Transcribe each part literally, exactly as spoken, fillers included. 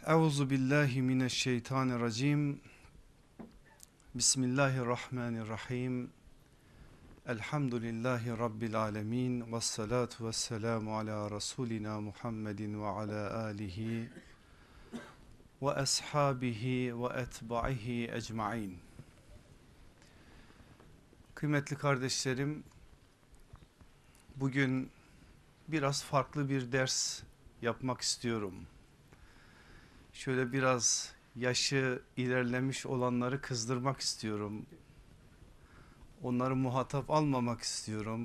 Euzu billahi mineşşeytanirracim. Bismillahirrahmanirrahim. Elhamdülillahi rabbil alamin ve salatu vesselamu ala rasulina Muhammedin ve ala alihi ve ashabihi ve etba'ihi ecmaîn. Kıymetli kardeşlerim, bugün biraz farklı bir ders yapmak istiyorum. Şöyle biraz yaşı ilerlemiş olanları kızdırmak istiyorum. Onları muhatap almamak istiyorum.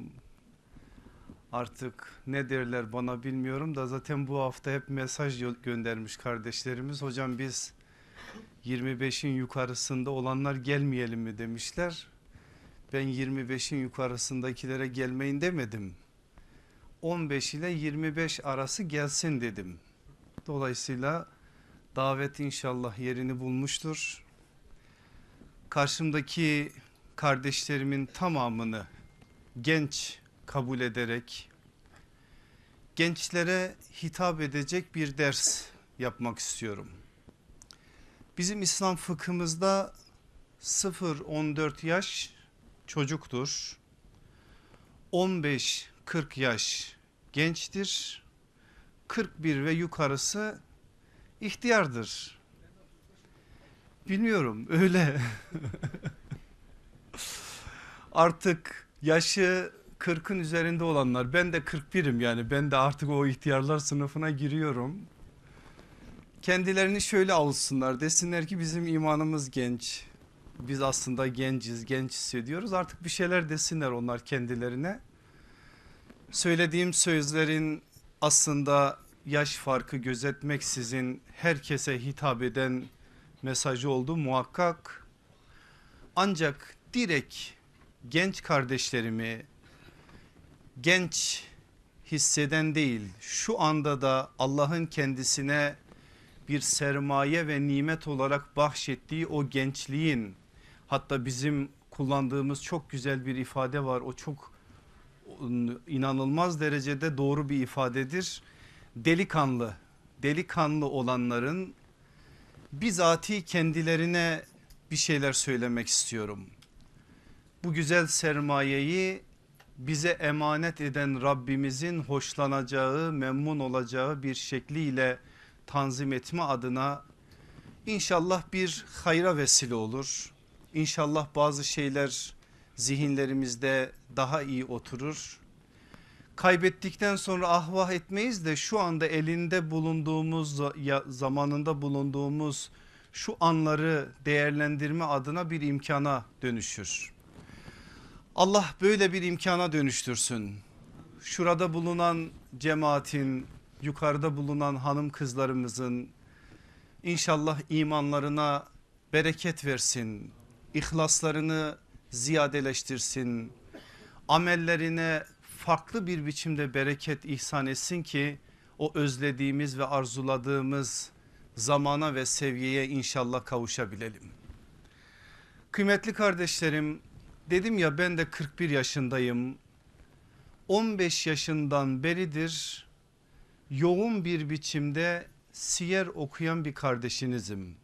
Artık ne derler bana bilmiyorum da zaten bu hafta hep mesaj göndermiş kardeşlerimiz. Hocam biz yirmi beşin yukarısında olanlar gelmeyelim mi demişler. Ben yirmi beşin yukarısındakilere gelmeyin demedim. on beş ile yirmi beş arası gelsin dedim. Dolayısıyla davet inşallah yerini bulmuştur. Karşımdaki kardeşlerimin tamamını genç kabul ederek gençlere hitap edecek bir ders yapmak istiyorum. Bizim İslam fıkhımızda sıfır on dört yaş çocuktur. on beş kırk yaş gençtir. kırk bir ve yukarısı ihtiyardır. Bilmiyorum, öyle. Artık yaşı kırkın üzerinde olanlar, ben de kırk birim, yani ben de artık o ihtiyarlar sınıfına giriyorum. Kendilerini şöyle avutsunlar, desinler ki bizim imanımız genç. Biz aslında genciz, genç hissediyoruz. Artık bir şeyler desinler onlar kendilerine. Söylediğim sözlerin aslında yaş farkı gözetmeksizin herkese hitap eden mesajı oldu muhakkak. Ancak direkt genç kardeşlerimi genç hisseden değil, şu anda da Allah'ın kendisine bir sermaye ve nimet olarak bahşettiği o gençliğin, hatta bizim kullandığımız çok güzel bir ifade var, o çok inanılmaz derecede doğru bir ifadedir. Delikanlı, delikanlı olanların bizatihi kendilerine bir şeyler söylemek istiyorum. Bu güzel sermayeyi bize emanet eden Rabbimizin hoşlanacağı, memnun olacağı bir şekliyle tanzim etme adına inşallah bir hayra vesile olur. İnşallah bazı şeyler zihinlerimizde daha iyi oturur. Kaybettikten sonra ahvah etmeyiz de şu anda elinde bulunduğumuz, zamanında bulunduğumuz şu anları değerlendirme adına bir imkana dönüşür. Allah böyle bir imkana dönüştürsün. Şurada bulunan cemaatin, yukarıda bulunan hanım kızlarımızın inşallah imanlarına bereket versin. İhlaslarını ziyadeleştirsin. Amellerine farklı bir biçimde bereket ihsan etsin ki o özlediğimiz ve arzuladığımız zamana ve seviyeye inşallah kavuşabilelim. Kıymetli kardeşlerim, dedim ya ben de kırk bir yaşındayım. on beş yaşından beridir yoğun bir biçimde siyer okuyan bir kardeşinizim.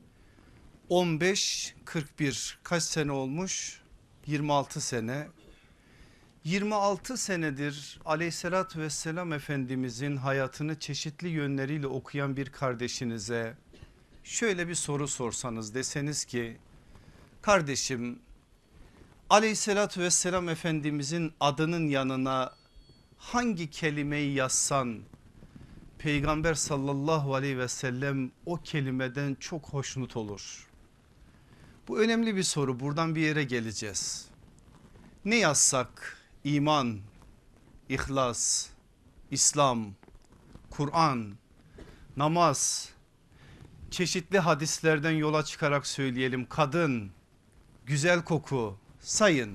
on beş kırk bir kaç sene olmuş? yirmi altı sene. yirmi altı senedir aleyhissalatü vesselam Efendimizin hayatını çeşitli yönleriyle okuyan bir kardeşinize şöyle bir soru sorsanız, deseniz ki kardeşim, aleyhissalatü vesselam Efendimizin adının yanına hangi kelimeyi yazsan Peygamber sallallahu aleyhi ve sellem o kelimeden çok hoşnut olur? Bu önemli bir soru, buradan bir yere geleceğiz. Ne yazsak? İman, ihlas, İslam, Kur'an, namaz, çeşitli hadislerden yola çıkarak söyleyelim, kadın, güzel koku, sayın.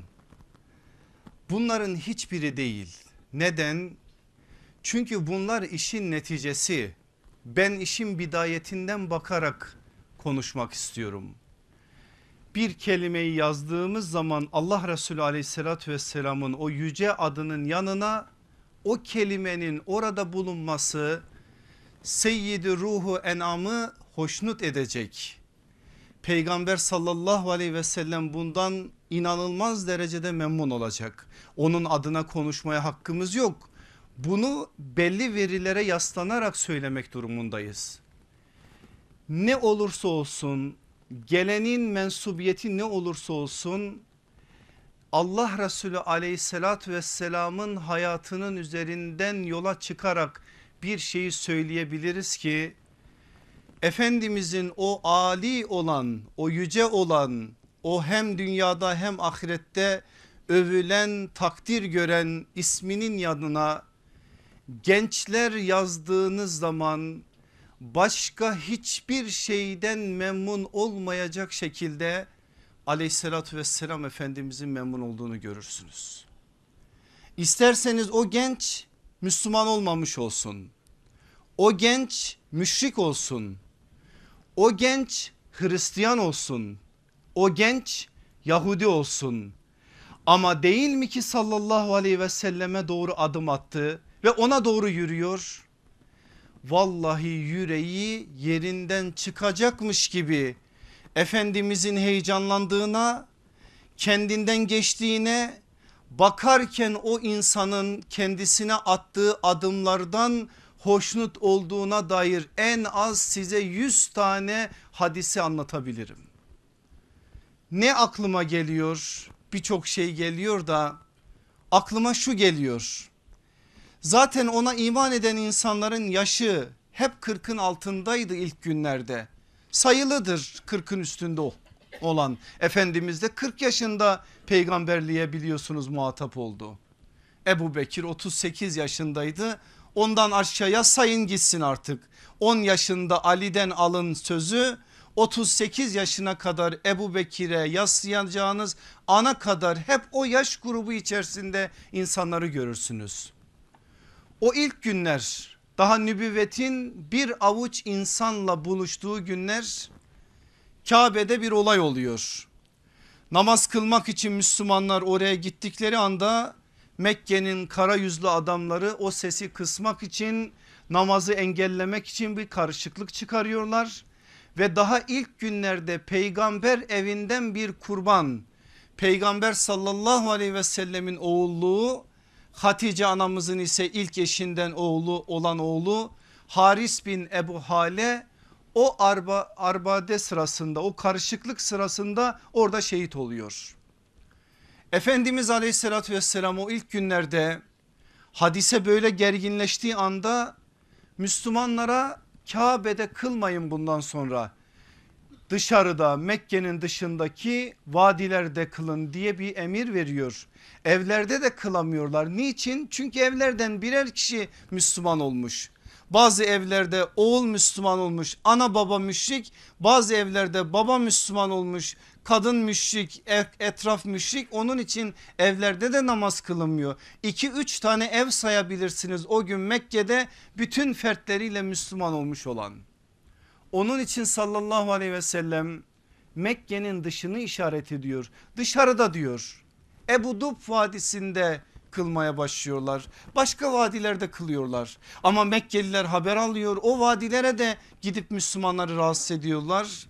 Bunların hiçbiri değil. Neden? Çünkü bunlar işin neticesi. Ben işin bidayetinden bakarak konuşmak istiyorum. Bir kelimeyi yazdığımız zaman Allah Resulü aleyhissalatü vesselamın o yüce adının yanına o kelimenin orada bulunması Seyyidi ruhu enamı hoşnut edecek. Peygamber sallallahu aleyhi ve sellem bundan inanılmaz derecede memnun olacak. Onun adına konuşmaya hakkımız yok. Bunu belli verilere yaslanarak söylemek durumundayız. Ne olursa olsun, gelenin mensubiyeti ne olursa olsun, Allah Resulü aleyhissalatü vesselamın hayatının üzerinden yola çıkarak bir şeyi söyleyebiliriz ki, Efendimizin o âli olan, o yüce olan, o hem dünyada hem ahirette övülen, takdir gören isminin yanına gençler yazdığınız zaman başka hiçbir şeyden memnun olmayacak şekilde aleyhissalatü vesselam Efendimizin memnun olduğunu görürsünüz. İsterseniz o genç Müslüman olmamış olsun, o genç müşrik olsun, o genç Hristiyan olsun, o genç Yahudi olsun, ama değil mi ki sallallahu aleyhi ve selleme doğru adım attı ve ona doğru yürüyor? Vallahi yüreği yerinden çıkacakmış gibi Efendimizin heyecanlandığına, kendinden geçtiğine, bakarken o insanın kendisine attığı adımlardan hoşnut olduğuna dair en az size yüz tane hadisi anlatabilirim. Ne aklıma geliyor? Birçok şey geliyor da aklıma şu geliyor. Zaten ona iman eden insanların yaşı hep kırkın altındaydı ilk günlerde. Sayılıdır kırkın üstünde olan. Efendimiz de kırk yaşında peygamberliğe biliyorsunuz muhatap oldu. Ebu Bekir otuz sekiz yaşındaydı. Ondan aşağıya sayın gitsin artık. on yaşında Ali'den alın sözü, otuz sekiz yaşına kadar Ebu Bekir'e yaslayacağınız ana kadar hep o yaş grubu içerisinde insanları görürsünüz. O ilk günler, daha nübüvvetin bir avuç insanla buluştuğu günler, Kabe'de bir olay oluyor. Namaz kılmak için Müslümanlar oraya gittikleri anda Mekke'nin kara yüzlü adamları o sesi kısmak için, namazı engellemek için bir karışıklık çıkarıyorlar. Ve daha ilk günlerde peygamber evinden bir kurban, peygamber sallallahu aleyhi ve sellemin oğulluğu, Hatice anamızın ise ilk eşinden oğlu olan oğlu Haris bin Ebu Hale o arba, arbade sırasında, o karışıklık sırasında orada şehit oluyor. Efendimiz aleyhissalatü vesselam o ilk günlerde hadise böyle gerginleştiği anda Müslümanlara Kabe'de kılmayın bundan sonra, dışarıda Mekke'nin dışındaki vadilerde kılın diye bir emir veriyor. Evlerde de kılamıyorlar. Niçin? Çünkü evlerden birer kişi Müslüman olmuş. Bazı evlerde oğul Müslüman olmuş, ana baba müşrik, bazı evlerde baba Müslüman olmuş, kadın müşrik, etraf müşrik. Onun için evlerde de namaz kılınmıyor. iki üç tane ev sayabilirsiniz o gün Mekke'de bütün fertleriyle Müslüman olmuş olan. Onun için sallallahu aleyhi ve sellem Mekke'nin dışını işaret ediyor. Dışarıda diyor, Ebu Dub vadisinde kılmaya başlıyorlar. Başka vadilerde kılıyorlar. Ama Mekkeliler haber alıyor, o vadilere de gidip Müslümanları rahatsız ediyorlar.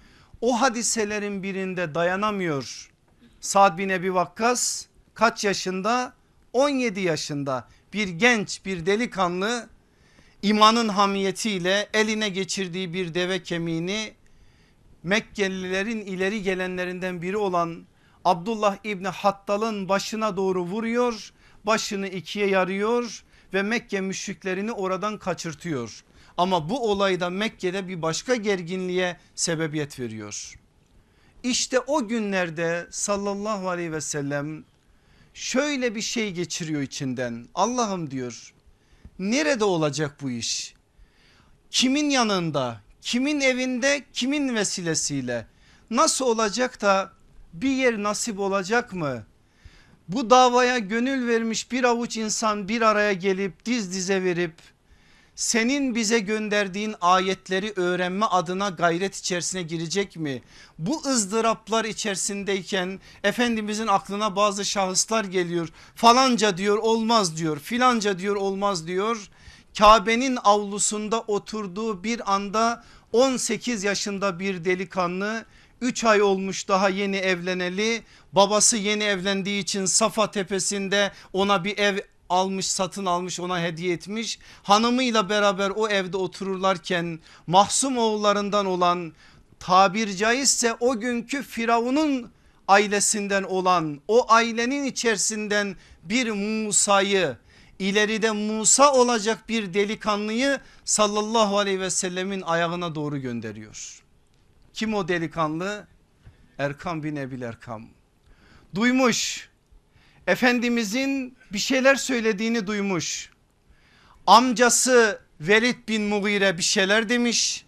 O hadiselerin birinde dayanamıyor. Sa'd bin Ebi Vakkas kaç yaşında? on yedi yaşında bir genç, bir delikanlı, imanın hamiyetiyle eline geçirdiği bir deve kemiğini Mekkelilerin ileri gelenlerinden biri olan Abdullah İbni Hattal'ın başına doğru vuruyor, başını ikiye yarıyor ve Mekke müşriklerini oradan kaçırtıyor. Ama bu olayda Mekke'de bir başka gerginliğe sebebiyet veriyor. İşte o günlerde sallallahu aleyhi ve sellem şöyle bir şey geçiriyor içinden. Allah'ım diyor, nerede olacak bu iş? Kimin yanında, kimin evinde, kimin vesilesiyle, nasıl olacak da bir yer nasip olacak mı? Bu davaya gönül vermiş bir avuç insan bir araya gelip diz dize verip senin bize gönderdiğin ayetleri öğrenme adına gayret içerisine girecek mi? Bu ızdıraplar içerisindeyken Efendimizin aklına bazı şahıslar geliyor. Falanca diyor olmaz diyor, filanca diyor olmaz diyor. Kabe'nin avlusunda oturduğu bir anda on sekiz yaşında bir delikanlı, üç ay olmuş daha yeni evleneli, babası yeni evlendiği için Safa tepesinde ona bir ev almış, satın almış, ona hediye etmiş. Hanımıyla beraber o evde otururlarken Mahsum oğullarından olan, tabir caizse o günkü Firavun'un ailesinden olan, o ailenin içerisinden bir Musa'yı, ileride Musa olacak bir delikanlıyı sallallahu aleyhi ve sellemin ayağına doğru gönderiyor. Kim o delikanlı? Erkam bin Ebil Erkam. Duymuş, Efendimizin bir şeyler söylediğini duymuş. Amcası Velid bin Mughire bir şeyler demiş.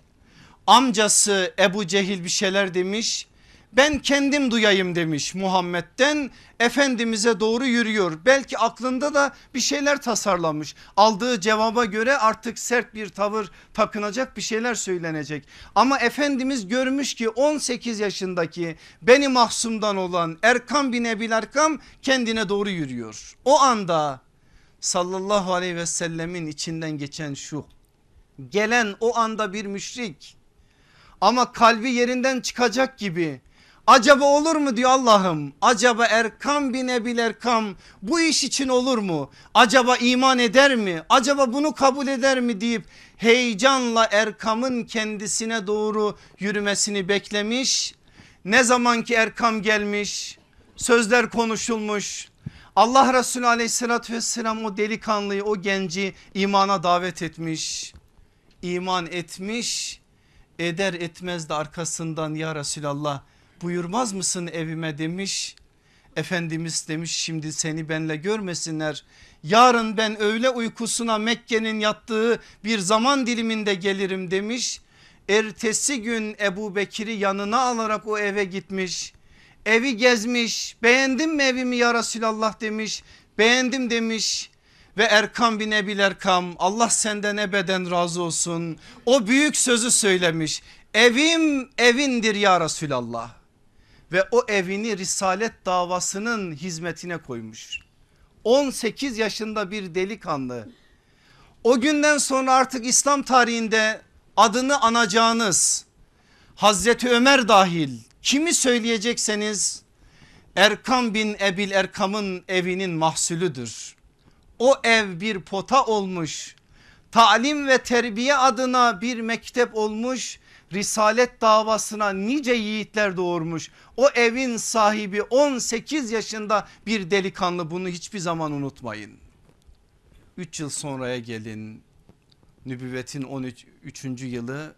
Amcası Ebu Cehil bir şeyler demiş. Ben kendim duyayım demiş Muhammed'den, Efendimiz'e doğru yürüyor. Belki aklında da bir şeyler tasarlamış. Aldığı cevaba göre artık sert bir tavır takınacak, bir şeyler söylenecek. Ama Efendimiz görmüş ki on sekiz yaşındaki Beni Mahsum'dan olan Erkam bin Ebil Erkam kendine doğru yürüyor. O anda sallallahu aleyhi ve sellemin içinden geçen şu: gelen o anda bir müşrik ama kalbi yerinden çıkacak gibi, acaba olur mu diyor, Allah'ım acaba Erkam bin Ebil Erkam bu iş için olur mu? Acaba iman eder mi? Acaba bunu kabul eder mi deyip heyecanla Erkam'ın kendisine doğru yürümesini beklemiş. Ne zaman ki Erkam gelmiş, sözler konuşulmuş, Allah Resulü aleyhissalatü vesselam o delikanlıyı, o genci imana davet etmiş. İman etmiş, eder etmez de arkasından ya Resulallah buyurmaz mısın evime demiş. Efendimiz demiş şimdi seni benle görmesinler, yarın ben öğle uykusuna Mekke'nin yattığı bir zaman diliminde gelirim demiş. Ertesi gün Ebu Bekir'i yanına alarak o eve gitmiş. Evi gezmiş, beğendin mi evimi ya Resulallah demiş. Beğendim demiş. Ve Erkam bin Ebil Erkam, Allah senden ebeden razı olsun, o büyük sözü söylemiş: evim evindir ya Resulallah. Ve o evini risalet davasının hizmetine koymuş. on sekiz yaşında bir delikanlı. O günden sonra artık İslam tarihinde adını anacağınız Hazreti Ömer dahil kimi söyleyecekseniz Erkam bin Ebil Erkam'ın evinin mahsulüdür. O ev bir pota olmuş, talim ve terbiye adına bir mektep olmuş, risalet davasına nice yiğitler doğurmuş. O evin sahibi on sekiz yaşında bir delikanlı, bunu hiçbir zaman unutmayın. üç yıl sonraya gelin, nübüvvetin on üçüncü yılı,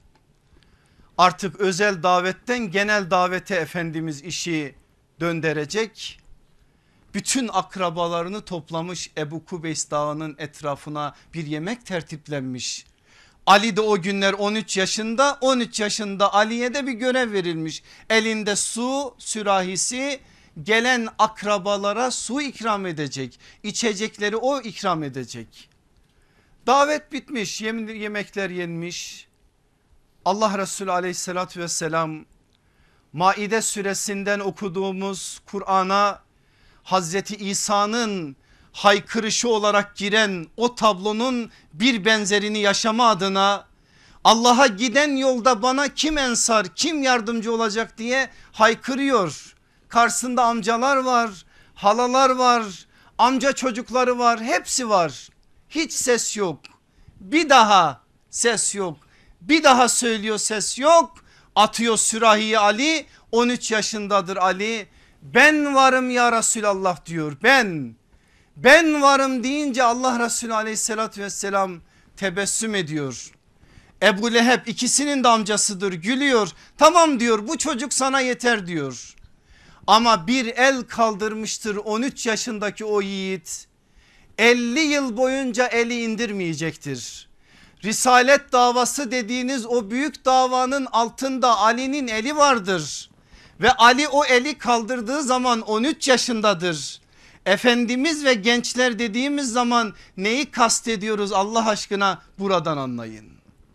artık özel davetten genel davete Efendimiz işi döndürecek. Bütün akrabalarını toplamış, Ebu Kubeys Dağı'nın etrafına bir yemek tertiplenmiş. Ali de o günler on üç yaşında, on üç yaşında Ali'ye de bir görev verilmiş. Elinde su sürahisi, gelen akrabalara su ikram edecek, içecekleri o ikram edecek. Davet bitmiş, yemekler yenmiş. Allah Resulü aleyhissalatü vesselam Maide suresinden okuduğumuz Kur'an'a Hazreti İsa'nın haykırışı olarak giren o tablonun bir benzerini yaşama adına Allah'a giden yolda bana kim ensar, kim yardımcı olacak diye haykırıyor. Karşısında amcalar var, halalar var, amca çocukları var, hepsi var. Hiç ses yok. Bir daha ses yok. Bir daha söylüyor, ses yok. Atıyor sürahiyi Ali, on üç yaşındadır Ali. Ben varım ya Resulallah diyor, ben. Ben varım deyince Allah Resulü aleyhissalatü vesselam tebessüm ediyor. Ebu Leheb ikisinin de amcasıdır, gülüyor. Tamam diyor, bu çocuk sana yeter diyor. Ama bir el kaldırmıştır on üç yaşındaki o yiğit, elli yıl boyunca eli indirmeyecektir. Risalet davası dediğiniz o büyük davanın altında Ali'nin eli vardır. Ve Ali o eli kaldırdığı zaman on üç yaşındadır. Efendimiz ve gençler dediğimiz zaman neyi kastediyoruz Allah aşkına, buradan anlayın.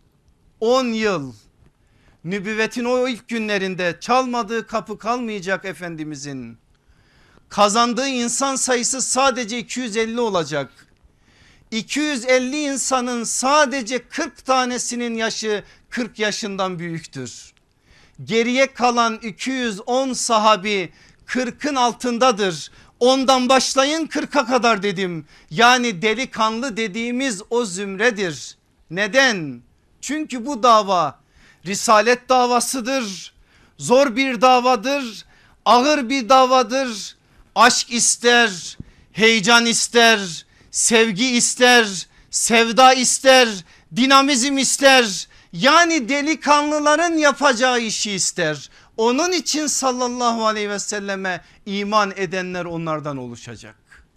on yıl nübüvvetin o ilk günlerinde çalmadığı kapı kalmayacak Efendimizin. Kazandığı insan sayısı sadece iki yüz elli olacak. iki yüz elli insanın sadece kırk tanesinin yaşı kırk yaşından büyüktür. Geriye kalan iki yüz on sahabi kırkın altındadır. Ondan başlayın kırka kadar dedim. Yani delikanlı dediğimiz o zümredir. Neden? Çünkü bu dava risalet davasıdır. Zor bir davadır. Ağır bir davadır. Aşk ister, heyecan ister, sevgi ister, sevda ister, dinamizm ister. Yani delikanlıların yapacağı işi ister. Onun için sallallahu aleyhi ve selleme iman edenler onlardan oluşacak.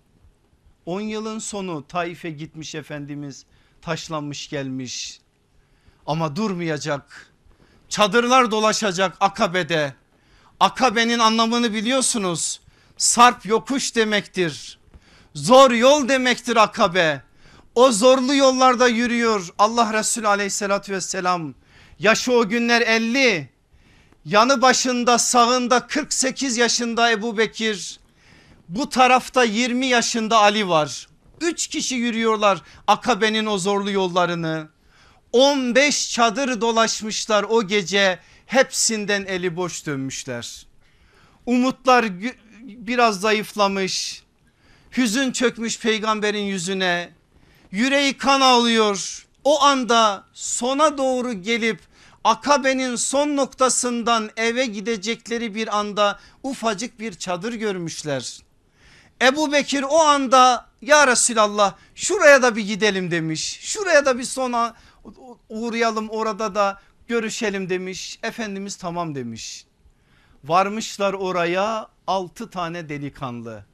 on yılın sonu Taif'e gitmiş Efendimiz, taşlanmış gelmiş ama durmayacak. Çadırlar dolaşacak Akabe'de. Akabe'nin anlamını biliyorsunuz. Sarp yokuş demektir. Zor yol demektir Akabe. O zorlu yollarda yürüyor Allah Resulü aleyhissalatü vesselam. Yaşı o günler elli. Yanı başında sağında kırk sekiz yaşında Ebu Bekir. Bu tarafta yirmi yaşında Ali var. Üç kişi yürüyorlar Akabe'nin o zorlu yollarını. on beş çadır dolaşmışlar o gece, hepsinden eli boş dönmüşler. Umutlar biraz zayıflamış, hüzün çökmüş peygamberin yüzüne, yüreği kan ağlıyor. O anda sona doğru gelip Akabe'nin son noktasından eve gidecekleri bir anda ufacık bir çadır görmüşler. Ebu Bekir o anda ya Resulallah şuraya da bir gidelim demiş. Şuraya da bir sona uğrayalım, orada da görüşelim demiş. Efendimiz tamam demiş. Varmışlar oraya, altı tane delikanlı,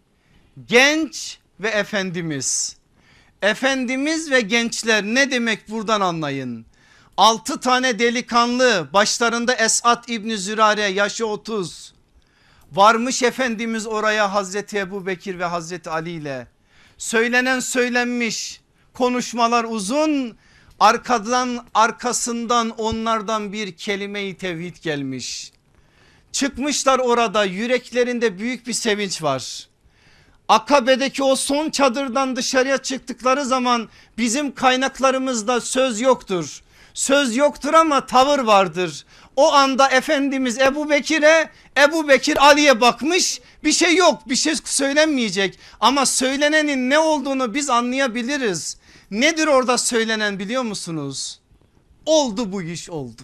genç ve Efendimiz. Efendimiz ve gençler ne demek buradan anlayın. Altı tane delikanlı, başlarında Esad İbni Zürare, yaşı otuz. Varmış Efendimiz oraya Hazreti Ebu Bekir ve Hazreti Ali ile. Söylenen söylenmiş, konuşmalar uzun, arkadan arkasından onlardan bir kelime-i tevhid gelmiş. Çıkmışlar orada, yüreklerinde büyük bir sevinç var. Akabe'deki o son çadırdan dışarıya çıktıkları zaman bizim kaynaklarımızda söz yoktur. Söz yoktur ama tavır vardır. O anda Efendimiz Ebu Bekir'e, Ebu Bekir Ali'ye bakmış, bir şey yok, bir şey söylenmeyecek ama söylenenin ne olduğunu biz anlayabiliriz. Nedir orada söylenen biliyor musunuz? Oldu, bu iş oldu.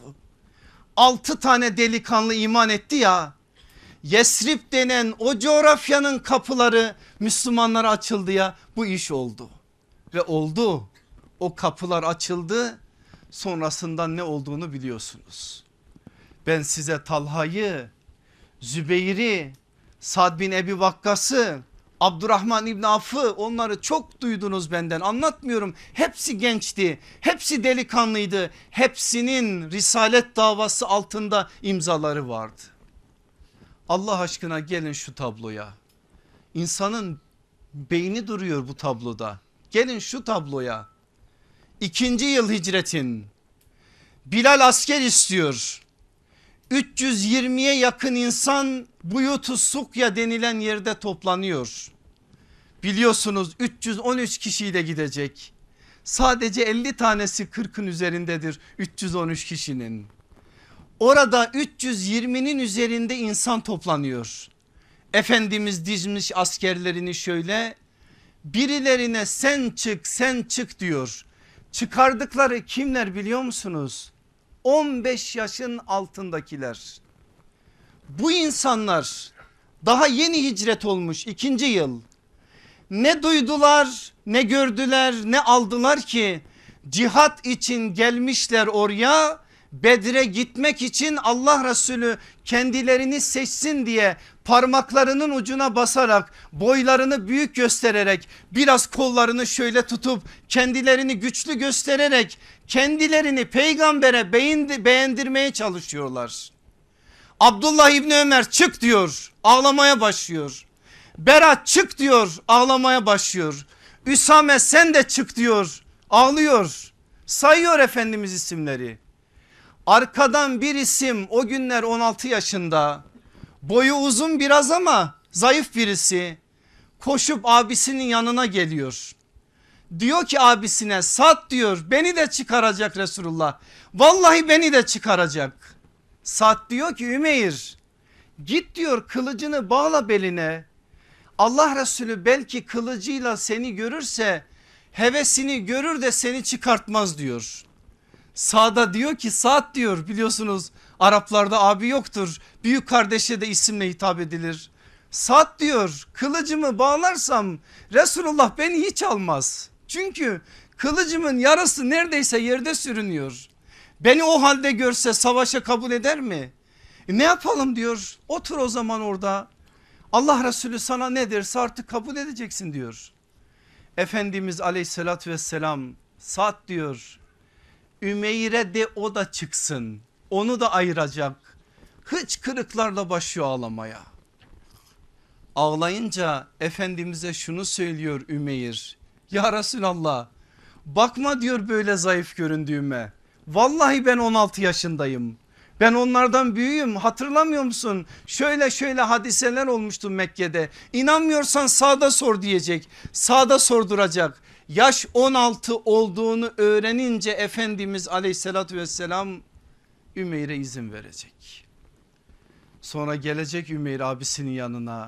Altı tane delikanlı iman etti ya, Yesrib denen o coğrafyanın kapıları Müslümanlara açıldı ya, bu iş oldu. Ve oldu, o kapılar açıldı, sonrasından ne olduğunu biliyorsunuz. Ben size Talha'yı, Zübeyir'i, Sad bin Ebi Vakkas'ı, Abdurrahman İbni Aff'ı, onları çok duydunuz benden, anlatmıyorum. Hepsi gençti, hepsi delikanlıydı, hepsinin risalet davası altında imzaları vardı. Allah aşkına gelin şu tabloya. İnsanın beyni duruyor bu tabloda. Gelin şu tabloya. İkinci yıl hicretin, Bilal asker istiyor. üç yüz yirmiye yakın insan Buyut-u Sukya denilen yerde toplanıyor. Biliyorsunuz üç yüz on üç kişiyle gidecek. Sadece elli tanesi kırkın üzerindedir üç yüz on üç kişinin. Orada üç yüz yirminin üzerinde insan toplanıyor. Efendimiz dizmiş askerlerini şöyle, birilerine sen çık sen çık diyor. Çıkardıkları kimler biliyor musunuz? on beş yaşın altındakiler. Bu insanlar daha yeni hicret olmuş, ikinci yıl. Ne duydular, ne gördüler, ne aldılar ki cihat için gelmişler oraya. Bedre gitmek için Allah Resulü kendilerini seçsin diye parmaklarının ucuna basarak, boylarını büyük göstererek, biraz kollarını şöyle tutup kendilerini güçlü göstererek kendilerini peygambere beğendirmeye çalışıyorlar. Abdullah İbni Ömer çık diyor, ağlamaya başlıyor. Berat çık diyor, ağlamaya başlıyor. Üsame sen de çık diyor, ağlıyor. Sayıyor Efendimiz isimleri. Arkadan bir isim, o günler on altı yaşında, boyu uzun biraz ama zayıf birisi, koşup abisinin yanına geliyor. Diyor ki abisine, Sad diyor beni de çıkaracak Resulullah. Vallahi beni de çıkaracak. Sad diyor ki Ümeyr git diyor kılıcını bağla beline. Allah Resulü belki kılıcıyla seni görürse hevesini görür de seni çıkartmaz diyor. Sad'a diyor ki Sad diyor, biliyorsunuz Araplarda abi yoktur. Büyük kardeşe de isimle hitap edilir. Sad diyor kılıcımı bağlarsam Resulullah beni hiç almaz. Çünkü kılıcımın yarısı neredeyse yerde sürünüyor. Beni o halde görse savaşa kabul eder mi? E ne yapalım diyor, otur o zaman orada. Allah Resulü sana ne derse artık kabul edeceksin diyor. Efendimiz aleyhissalatü vesselam Sad diyor Ümeyr'e de o da çıksın, onu da ayıracak. Hıçkırıklarla başlıyor ağlamaya. Ağlayınca Efendimiz'e şunu söylüyor Ümeyr. Ya Resulallah bakma diyor böyle zayıf göründüğüme. Vallahi ben on altı yaşındayım. Ben onlardan büyüğüm, hatırlamıyor musun? Şöyle şöyle hadiseler olmuştu Mekke'de. İnanmıyorsan sağda sor diyecek. Sağda sorduracak. Yaş on altı olduğunu öğrenince Efendimiz aleyhissalatü vesselam Ümeyr'e izin verecek. Sonra gelecek Ümeyr abisinin yanına.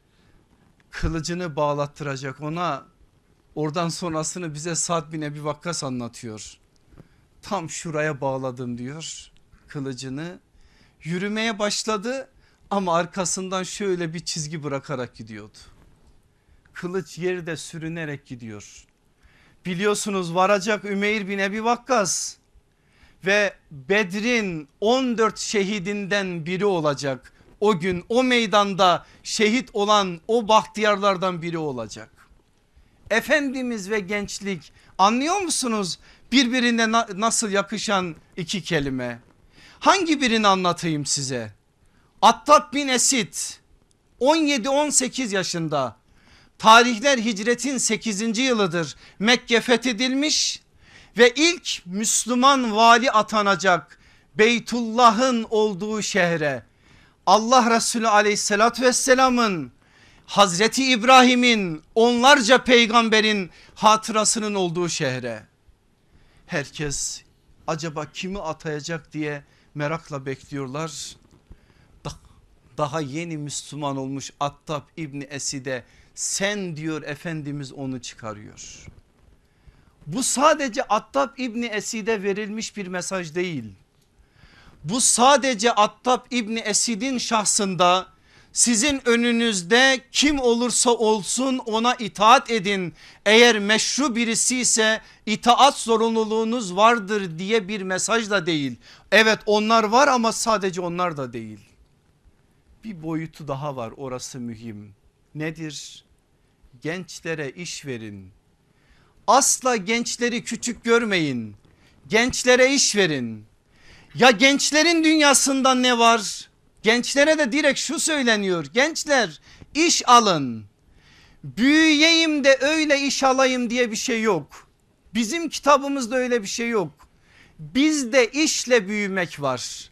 Kılıcını bağlattıracak ona. Oradan sonrasını bize Sad bin Ebi Vakkas anlatıyor. Tam şuraya bağladım diyor kılıcını. Yürümeye başladı ama arkasından şöyle bir çizgi bırakarak gidiyordu. Kılıç yerde sürünerek gidiyor. Biliyorsunuz varacak Ümeyr bin Ebi Vakkas ve Bedir'in on dört şehidinden biri olacak. O gün o meydanda şehit olan o bahtiyarlardan biri olacak. Efendimiz ve gençlik, anlıyor musunuz birbirine na nasıl yakışan iki kelime? Hangi birini anlatayım size? Attab bin Esid on yedi on sekiz yaşında, tarihler hicretin sekizinci yılıdır, Mekke fethedilmiş ve ilk Müslüman vali atanacak Beytullah'ın olduğu şehre, Allah Resulü aleyhissalatü vesselamın, Hazreti İbrahim'in, onlarca peygamberin hatırasının olduğu şehre. Herkes acaba kimi atayacak diye merakla bekliyorlar. Daha yeni Müslüman olmuş Attab İbni Esid'e sen diyor Efendimiz onu çıkarıyor. Bu sadece Attab İbni Esid'e verilmiş bir mesaj değil. Bu sadece Attab İbni Esid'in şahsında sizin önünüzde kim olursa olsun ona itaat edin. Eğer meşru birisi ise itaat zorunluluğunuz vardır diye bir mesaj da değil. Evet onlar var ama sadece onlar da değil. Bir boyutu daha var, orası mühim. Nedir? Gençlere iş verin. Asla gençleri küçük görmeyin. Gençlere iş verin. Ya gençlerin dünyasında ne var? Gençlere de direkt şu söyleniyor. Gençler iş alın. Büyüyeyim de öyle iş alayım diye bir şey yok. Bizim kitabımızda öyle bir şey yok. Bizde işle büyümek var.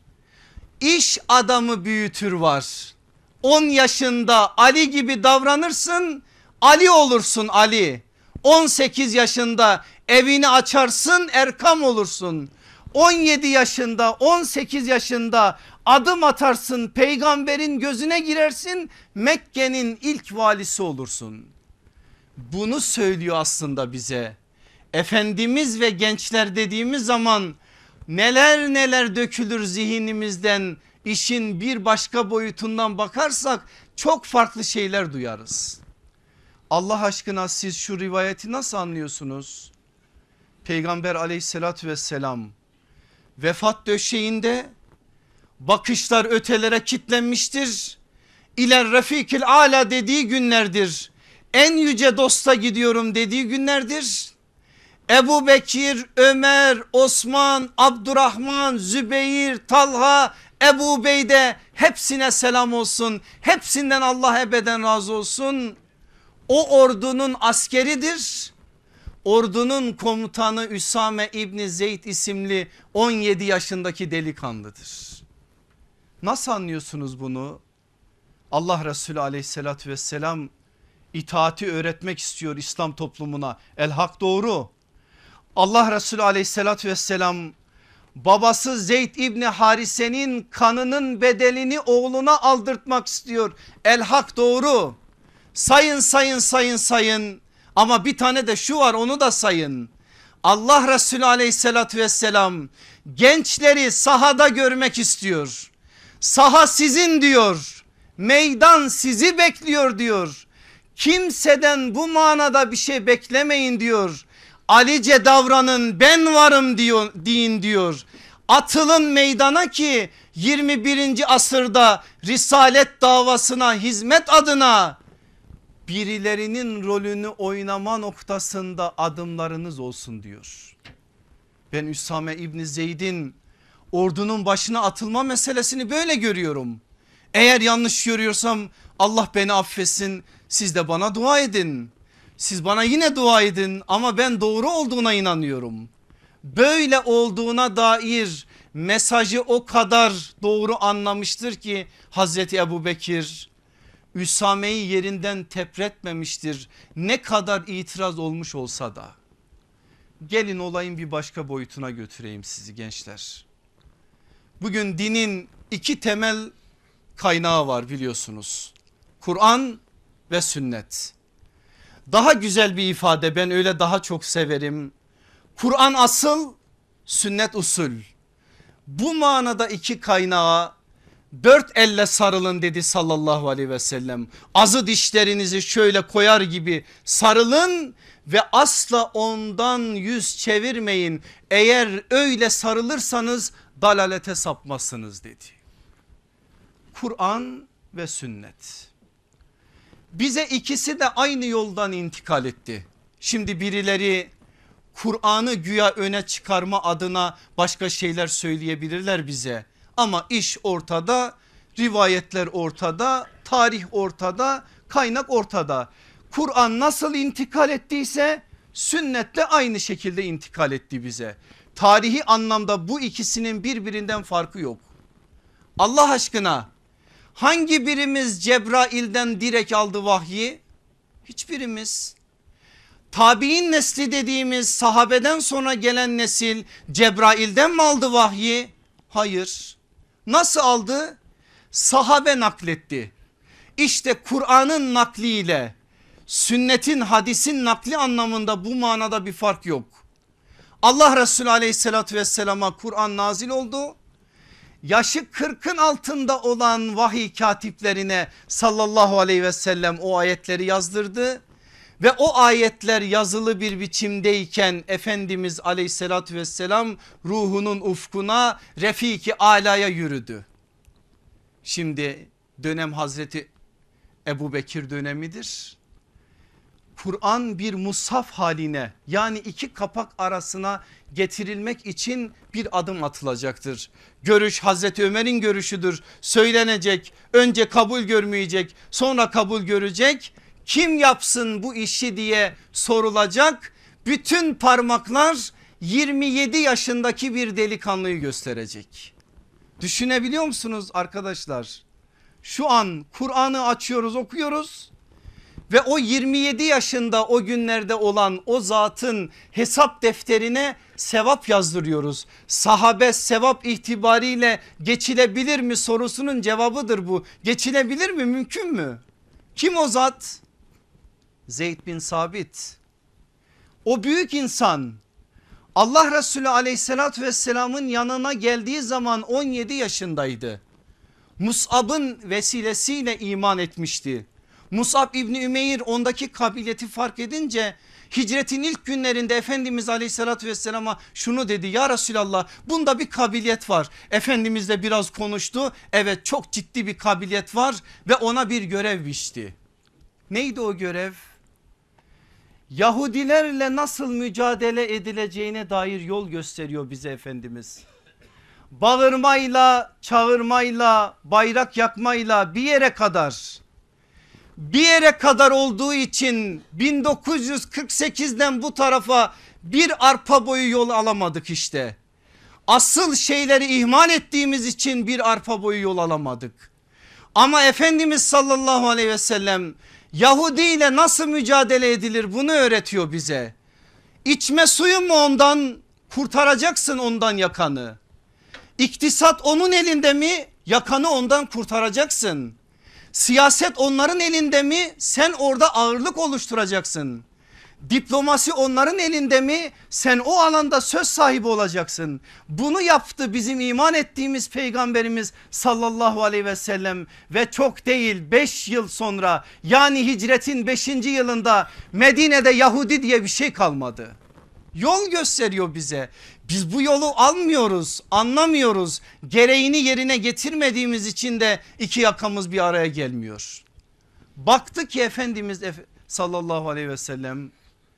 İş adamı büyütür var. on yaşında Ali gibi davranırsın, Ali olursun Ali. on sekiz yaşında evini açarsın, Erkam olursun. on yedi yaşında on sekiz yaşında adım atarsın, peygamberin gözüne girersin, Mekke'nin ilk valisi olursun. Bunu söylüyor aslında bize. Efendimiz ve gençler dediğimiz zaman neler neler dökülür zihnimizden, işin bir başka boyutundan bakarsak çok farklı şeyler duyarız. Allah aşkına siz şu rivayeti nasıl anlıyorsunuz? Peygamber aleyhissalatü vesselam vefat döşeğinde, bakışlar ötelere kitlenmiştir. İler refikil ala dediği günlerdir. En yüce dosta gidiyorum dediği günlerdir. Ebu Bekir, Ömer, Osman, Abdurrahman, Zübeyir, Talha, Ebu Beyde, hepsine selam olsun. Hepsinden Allah ebeden razı olsun. O ordunun askeridir. Ordunun komutanı Üsame İbni Zeyd isimli on yedi yaşındaki delikanlıdır. Nasıl anlıyorsunuz bunu? Allah Resulü aleyhissalatü vesselam İtaati öğretmek istiyor İslam toplumuna. El hak doğru. Allah Resulü aleyhissalatü vesselam babası Zeyd İbni Harise'nin kanının bedelini oğluna aldırtmak istiyor. El hak doğru. Sayın sayın sayın sayın ama bir tane de şu var, onu da sayın. Allah Resulü aleyhissalatü vesselam gençleri sahada görmek istiyor. Saha sizin diyor. Meydan sizi bekliyor diyor. Kimseden bu manada bir şey beklemeyin diyor. Alice davranın, ben varım diyor, deyin diyor. Atılın meydana ki yirmi birinci asırda risalet davasına hizmet adına birilerinin rolünü oynama noktasında adımlarınız olsun diyor. Ben Üsame İbni Zeyd'in ordunun başına atılma meselesini böyle görüyorum. Eğer yanlış görüyorsam Allah beni affetsin, siz de bana dua edin. Siz bana yine dua edin ama ben doğru olduğuna inanıyorum. Böyle olduğuna dair mesajı o kadar doğru anlamıştır ki Hazreti Ebubekir Üsame'yi yerinden tepretmemiştir. Ne kadar itiraz olmuş olsa da. Gelin olayın bir başka boyutuna götüreyim sizi gençler. Bugün dinin iki temel kaynağı var biliyorsunuz. Kur'an ve sünnet. Daha güzel bir ifade, ben öyle daha çok severim. Kur'an asıl, sünnet usul. Bu manada iki kaynağa dört elle sarılın dedi sallallahu aleyhi ve sellem. Azı dişlerinizi şöyle koyar gibi sarılın ve asla ondan yüz çevirmeyin. Eğer öyle sarılırsanız dalalete sapmazsınız dedi. Kur'an ve sünnet. Bize ikisi de aynı yoldan intikal etti. Şimdi birileri Kur'an'ı güya öne çıkarma adına başka şeyler söyleyebilirler bize. Ama iş ortada, rivayetler ortada, tarih ortada, kaynak ortada. Kur'an nasıl intikal ettiyse sünnet de aynı şekilde intikal etti bize. Tarihi anlamda bu ikisinin birbirinden farkı yok. Allah aşkına hangi birimiz Cebrail'den direkt aldı vahyi? Hiçbirimiz. Tabi'in nesli dediğimiz sahabeden sonra gelen nesil Cebrail'den mi aldı vahyi? Hayır. Nasıl aldı? Sahabe nakletti. İşte Kur'an'ın nakliyle sünnetin, hadisin nakli anlamında bu manada bir fark yok. Allah Resulü aleyhissalatü vesselama Kur'an nazil oldu. Yaşı kırkın altında olan vahiy katiplerine sallallahu aleyhi ve sellem o ayetleri yazdırdı. Ve o ayetler yazılı bir biçimdeyken Efendimiz aleyhissalatü vesselam ruhunun ufkuna, Refik-i Ala'ya yürüdü. Şimdi dönem Hazreti Ebubekir dönemidir. Kur'an bir mushaf haline, yani iki kapak arasına getirilmek için bir adım atılacaktır. Görüş Hazreti Ömer'in görüşüdür. Söylenecek, önce kabul görmeyecek, sonra kabul görecek. Kim yapsın bu işi diye sorulacak. Bütün parmaklar yirmi yedi yaşındaki bir delikanlıyı gösterecek. Düşünebiliyor musunuz arkadaşlar? Şu an Kur'an'ı açıyoruz, okuyoruz ve o yirmi yedi yaşında o günlerde olan o zatın hesap defterine sevap yazdırıyoruz. Sahabe sevap itibariyle geçilebilir mi sorusunun cevabıdır bu. Geçilebilir mi, mümkün mü? Kim o zat? Zeyd bin Sabit. O büyük insan Allah Resulü aleyhissalatü vesselamın yanına geldiği zaman on yedi yaşındaydı. Mus'ab'ın vesilesiyle iman etmişti. Mus'ab İbni Ümeyr ondaki kabiliyeti fark edince hicretin ilk günlerinde Efendimiz aleyhissalatü vesselama şunu dedi: ya Resulallah, bunda bir kabiliyet var. Efendimizle biraz konuştu, evet çok ciddi bir kabiliyet var ve ona bir görev biçti. Neydi o görev? Yahudilerle nasıl mücadele edileceğine dair yol gösteriyor bize Efendimiz. Bağırmayla, çağırmayla, bayrak yakmayla bir yere kadar, bir yere kadar olduğu için bin dokuz yüz kırk sekizden bu tarafa bir arpa boyu yol alamadık işte. Asıl şeyleri ihmal ettiğimiz için bir arpa boyu yol alamadık. Ama Efendimiz sallallahu aleyhi ve sellem Yahudi ile nasıl mücadele edilir bunu öğretiyor bize. İçme suyu mu ondan, kurtaracaksın ondan yakanı. İktisat onun elinde mi, yakanı ondan kurtaracaksın. Siyaset onların elinde mi, sen orada ağırlık oluşturacaksın. Diplomasi onların elinde mi, sen o alanda söz sahibi olacaksın. Bunu yaptı bizim iman ettiğimiz peygamberimiz sallallahu aleyhi ve sellem ve çok değil beş yıl sonra, yani hicretin beşinci yılında Medine'de Yahudi diye bir şey kalmadı. Yol gösteriyor bize. Biz bu yolu almıyoruz, anlamıyoruz. Gereğini yerine getirmediğimiz için de iki yakamız bir araya gelmiyor. Baktı ki Efendimiz sallallahu aleyhi ve sellem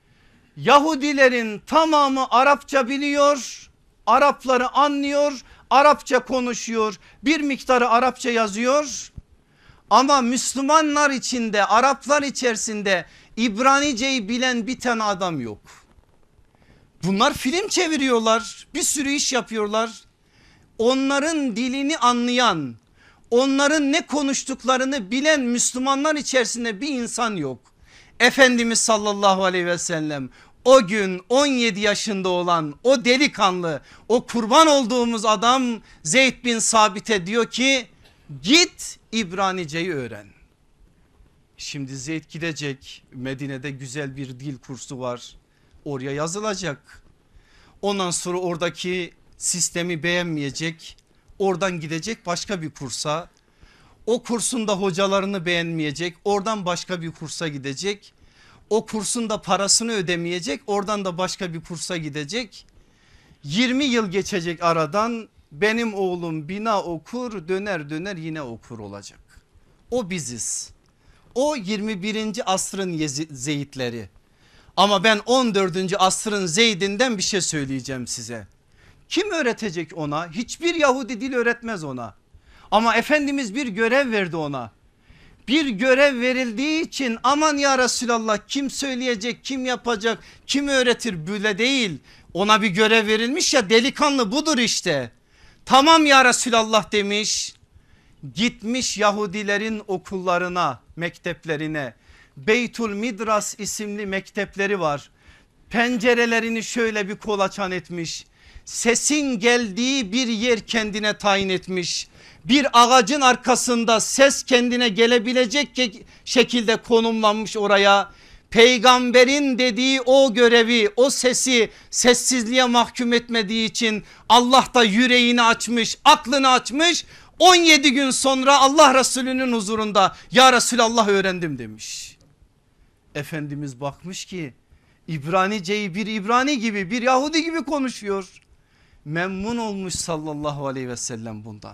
Yahudilerin tamamı Arapça biliyor, Arapları anlıyor, Arapça konuşuyor, bir miktarı Arapça yazıyor. Ama Müslümanlar içinde, Araplar içerisinde İbranice'yi bilen bir tane adam yok. Bunlar film çeviriyorlar, bir sürü iş yapıyorlar. Onların dilini anlayan, onların ne konuştuklarını bilen Müslümanlar içerisinde bir insan yok. Efendimiz sallallahu aleyhi ve sellem o gün on yedi yaşında olan o delikanlı, o kurban olduğumuz adam Zeyd bin Sabit'e diyor ki git İbranice'yi öğren. Şimdi Zeyd gidecek, Medine'de güzel bir dil kursu var, oraya yazılacak. Ondan sonra oradaki sistemi beğenmeyecek, oradan gidecek başka bir kursa. O kursun da hocalarını beğenmeyecek, oradan başka bir kursa gidecek. O kursun da parasını ödemeyecek, oradan da başka bir kursa gidecek. yirmi yıl geçecek aradan, benim oğlum bina okur, döner döner yine okur olacak. O biziz. O yirmi birinci asrın Zeydleri. Ama ben on dördüncü asrın Zeyd'inden bir şey söyleyeceğim size. Kim öğretecek ona? Hiçbir Yahudi dil öğretmez ona. Ama Efendimiz bir görev verdi ona. Bir görev verildiği için aman ya Resulallah kim söyleyecek, kim yapacak, kim öğretir, böyle değil. Ona bir görev verilmiş ya, delikanlı budur işte. Tamam ya Resulallah demiş. Gitmiş Yahudilerin okullarına, mekteplerine. Beytul Midras isimli mektepleri var. Pencerelerini şöyle bir kolaçan etmiş. Sesin geldiği bir yer kendine tayin etmiş. Bir ağacın arkasında ses kendine gelebilecek şekilde konumlanmış oraya. Peygamberin dediği o görevi, o sesi sessizliğe mahkum etmediği için Allah da yüreğini açmış, aklını açmış. on yedi gün sonra Allah Resulü'nün huzurunda ya Resulallah öğrendim demiş. Efendimiz bakmış ki İbranice'yi bir İbrani gibi, bir Yahudi gibi konuşuyor. Memnun olmuş sallallahu aleyhi ve sellem bundan.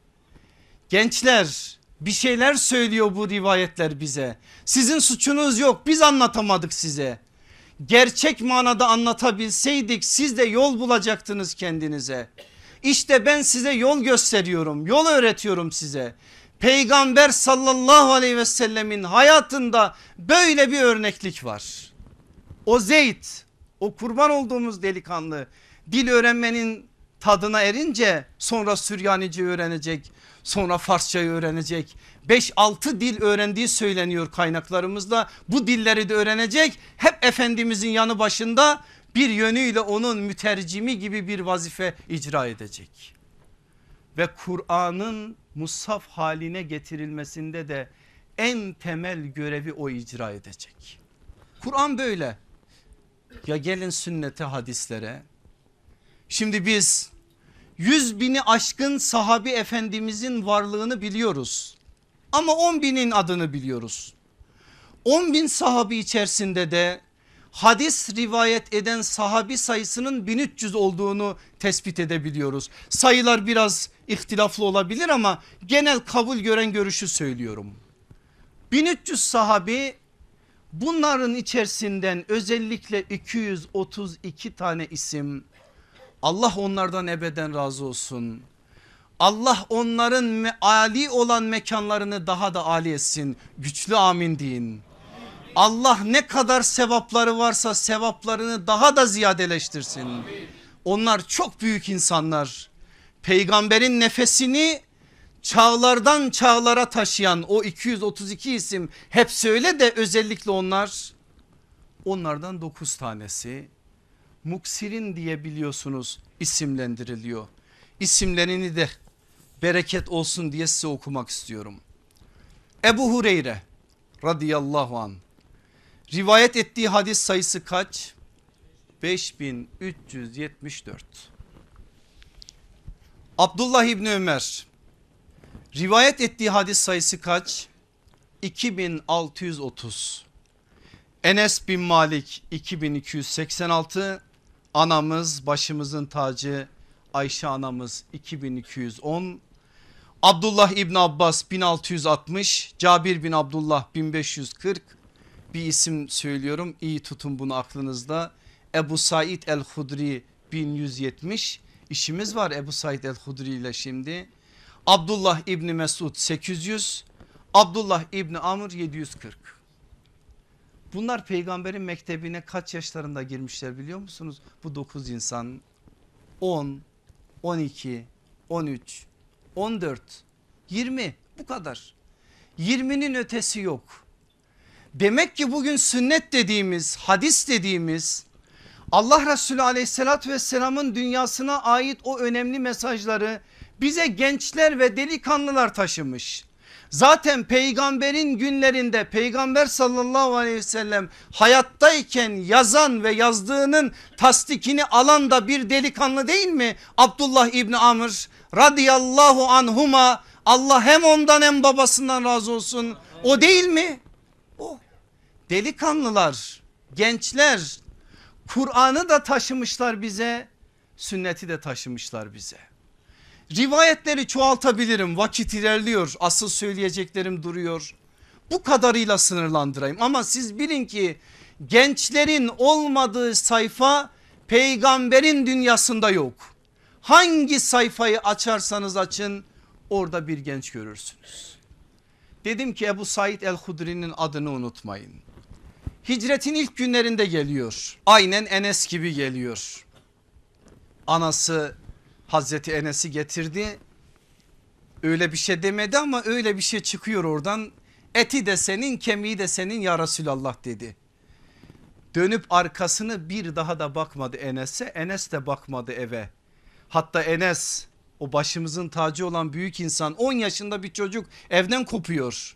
Gençler, bir şeyler söylüyor bu rivayetler bize. Sizin suçunuz yok, biz anlatamadık size. Gerçek manada anlatabilseydik siz de yol bulacaktınız kendinize. İşte ben size yol gösteriyorum, yol öğretiyorum size. Peygamber sallallahu aleyhi ve sellemin hayatında böyle bir örneklik var. O Zeyd, o kurban olduğumuz delikanlı dil öğrenmenin tadına erince sonra Süryanice öğrenecek, sonra Farsçayı öğrenecek. beş altı dil öğrendiği söyleniyor kaynaklarımızda. Bu dilleri de öğrenecek. Hep Efendimizin yanı başında, bir yönüyle onun mütercimi gibi bir vazife icra edecek. Ve Kur'an'ın mushaf haline getirilmesinde de en temel görevi o icra edecek. Kur'an böyle. Ya gelin sünnete, hadislere. Şimdi biz yüz bini aşkın sahabi efendimizin varlığını biliyoruz. Ama on binin adını biliyoruz. on bin sahabi içerisinde de hadis rivayet eden sahabi sayısının bin üç yüz olduğunu tespit edebiliyoruz. Sayılar biraz ihtilaflı olabilir ama genel kabul gören görüşü söylüyorum. bin üç yüz sahabi, bunların içerisinden özellikle iki yüz otuz iki tane isim, Allah onlardan ebeden razı olsun. Allah onların âli olan mekanlarını daha da âli etsin. Güçlü amin deyin. Allah ne kadar sevapları varsa sevaplarını daha da ziyadeleştirsin. Onlar çok büyük insanlar. Peygamberin nefesini çağlardan çağlara taşıyan o iki yüz otuz iki isim hepsi öyle de özellikle onlar, onlardan dokuz tanesi muksirin diye biliyorsunuz isimlendiriliyor. İsimlerini de bereket olsun diye size okumak istiyorum. Ebu Hureyre radıyallahu anh rivayet ettiği hadis sayısı kaç? beş bin üç yüz yetmiş dört. Abdullah İbni Ömer rivayet ettiği hadis sayısı kaç? iki bin altı yüz otuz. Enes bin Malik iki bin iki yüz seksen altı. Anamız, başımızın tacı Ayşe anamız iki bin iki yüz on. Abdullah İbni Abbas bin altı yüz altmış. Cabir bin Abdullah bin beş yüz kırk. Bir isim söylüyorum, iyi tutun bunu aklınızda. Ebu Said el-Hudri bin yüz yetmiş. İşimiz var Ebu Said el-Hudri ile şimdi. Abdullah İbni Mesud sekiz yüz. Abdullah İbni Amr yedi yüz kırk. Bunlar peygamberin mektebine kaç yaşlarında girmişler biliyor musunuz? Bu dokuz insan on, on iki, on üç, on dört, yirmi, bu kadar. yirminin ötesi yok. Demek ki bugün sünnet dediğimiz, hadis dediğimiz, Allah Resulü aleyhissalatü vesselamın dünyasına ait o önemli mesajları bize gençler ve delikanlılar taşımış. Zaten peygamberin günlerinde peygamber sallallahu aleyhi ve sellem hayattayken yazan ve yazdığının tasdikini alan da bir delikanlı değil mi? Abdullah İbni Amr radıyallahu anhuma, Allah hem ondan hem babasından razı olsun, o değil mi? O delikanlılar, gençler Kur'an'ı da taşımışlar bize, sünneti de taşımışlar bize. Rivayetleri çoğaltabilirim, vakit ilerliyor, asıl söyleyeceklerim duruyor. Bu kadarıyla sınırlandırayım ama siz bilin ki gençlerin olmadığı sayfa peygamberin dünyasında yok. Hangi sayfayı açarsanız açın orada bir genç görürsünüz. Dedim ki Ebu Said el-Hudri'nin adını unutmayın. Hicretin ilk günlerinde geliyor, aynen Enes gibi geliyor. Anası Hazreti Enes'i getirdi, öyle bir şey demedi ama öyle bir şey çıkıyor oradan. Eti de senin, kemiği de senin ya Resulallah dedi. Dönüp arkasını bir daha da bakmadı Enes'e, Enes de bakmadı eve. Hatta Enes, o başımızın tacı olan büyük insan, on yaşında bir çocuk evden kopuyor.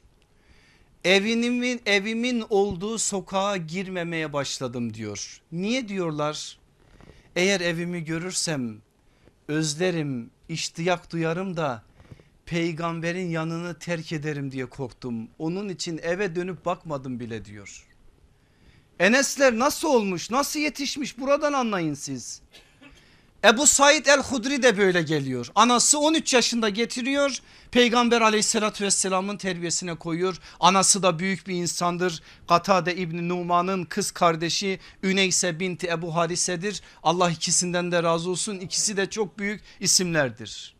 Evimin, evimin olduğu sokağa girmemeye başladım diyor. Niye diyorlar? Eğer evimi görürsem özlerim, iştiyak duyarım da peygamberin yanını terk ederim diye korktum. Onun için eve dönüp bakmadım bile diyor. Enesler nasıl olmuş, nasıl yetişmiş, buradan anlayın siz. Ebu Said el-Hudri de böyle geliyor. Anası on üç yaşında getiriyor. Peygamber aleyhissalatü vesselamın terbiyesine koyuyor. Anası da büyük bir insandır. Katade İbni Numan'ın kız kardeşi Üneyse binti Ebu Harise'dir. Allah ikisinden de razı olsun. İkisi de çok büyük isimlerdir.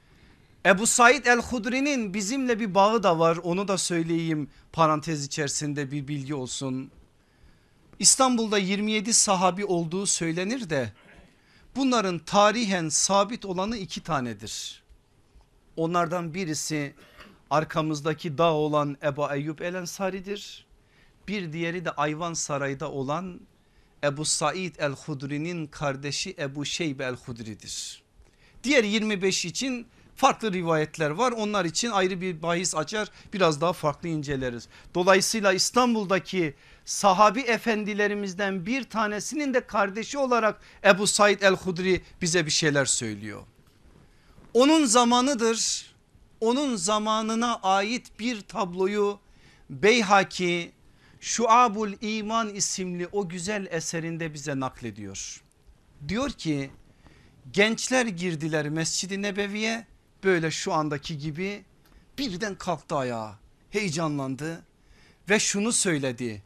Ebu Said el-Hudri'nin bizimle bir bağı da var. Onu da söyleyeyim, parantez içerisinde bir bilgi olsun. İstanbul'da yirmi yedi sahabi olduğu söylenir de bunların tarihen sabit olanı iki tanedir. Onlardan birisi arkamızdaki dağ olan Ebu Eyyub el Ensari'dir. Bir diğeri de Ayvansaray'da olan Ebu Said el-Hudri'nin kardeşi Ebu Şeybe el-Hudri'dir. Diğer yirmi beş için farklı rivayetler var. Onlar için ayrı bir bahis açar, biraz daha farklı inceleriz. Dolayısıyla İstanbul'daki sahabi efendilerimizden bir tanesinin de kardeşi olarak Ebu Said el-Hudri bize bir şeyler söylüyor. Onun zamanıdır, onun zamanına ait bir tabloyu Beyhaki Şuabul İman isimli o güzel eserinde bize naklediyor. Diyor ki gençler girdiler Mescid-i Nebevi'ye, böyle şu andaki gibi, birden kalktı ayağa, heyecanlandı ve şunu söyledi: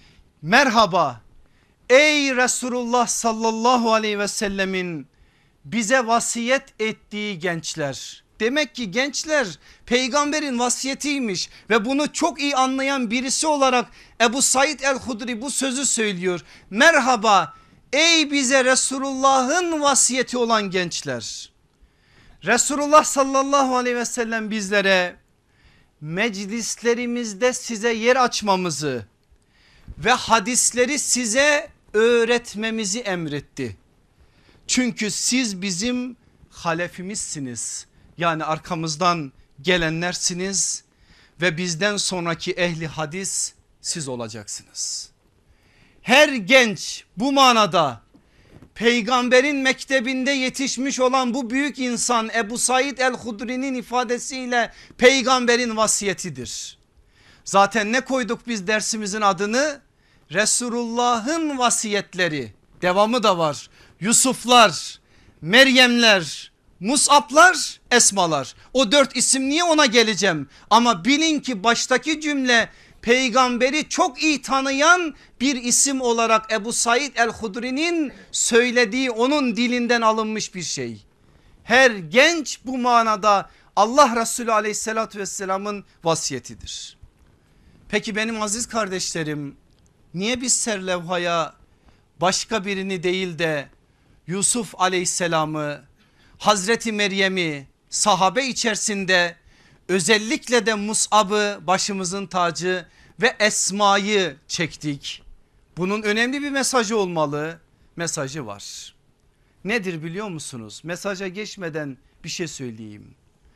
merhaba ey Resulullah sallallahu aleyhi ve sellemin bize vasiyet ettiği gençler. Demek ki gençler peygamberin vasiyetiymiş ve bunu çok iyi anlayan birisi olarak Ebu Said el-Hudri bu sözü söylüyor. Merhaba ey bize Resulullah'ın vasiyeti olan gençler. Resulullah sallallahu aleyhi ve sellem bizlere meclislerimizde size yer açmamızı ve hadisleri size öğretmemizi emretti. Çünkü siz bizim halefimizsiniz. Yani arkamızdan gelenlersiniz ve bizden sonraki ehli hadis siz olacaksınız. Her genç bu manada peygamberin mektebinde yetişmiş olan bu büyük insan Ebu Said el-Hudri'nin ifadesiyle peygamberin vasiyetidir. Zaten ne koyduk biz dersimizin adını? Resulullah'ın vasiyetleri. Devamı da var. Yusuflar, Meryemler, Mus'ablar, Esmalar. O dört isim, niye ona geleceğim. Ama bilin ki baştaki cümle peygamberi çok iyi tanıyan bir isim olarak Ebu Said el-Hudri'nin söylediği, onun dilinden alınmış bir şey. Her genç bu manada Allah Resulü aleyhissalatü vesselamın vasiyetidir. Peki benim aziz kardeşlerim, niye biz serlevhaya başka birini değil de Yusuf aleyhisselamı, Hazreti Meryem'i, sahabe içerisinde özellikle de Mus'ab'ı, başımızın tacı, ve Esma'yı çektik? Bunun önemli bir mesajı olmalı. Mesajı var. Nedir biliyor musunuz? Mesaja geçmeden bir şey söyleyeyim.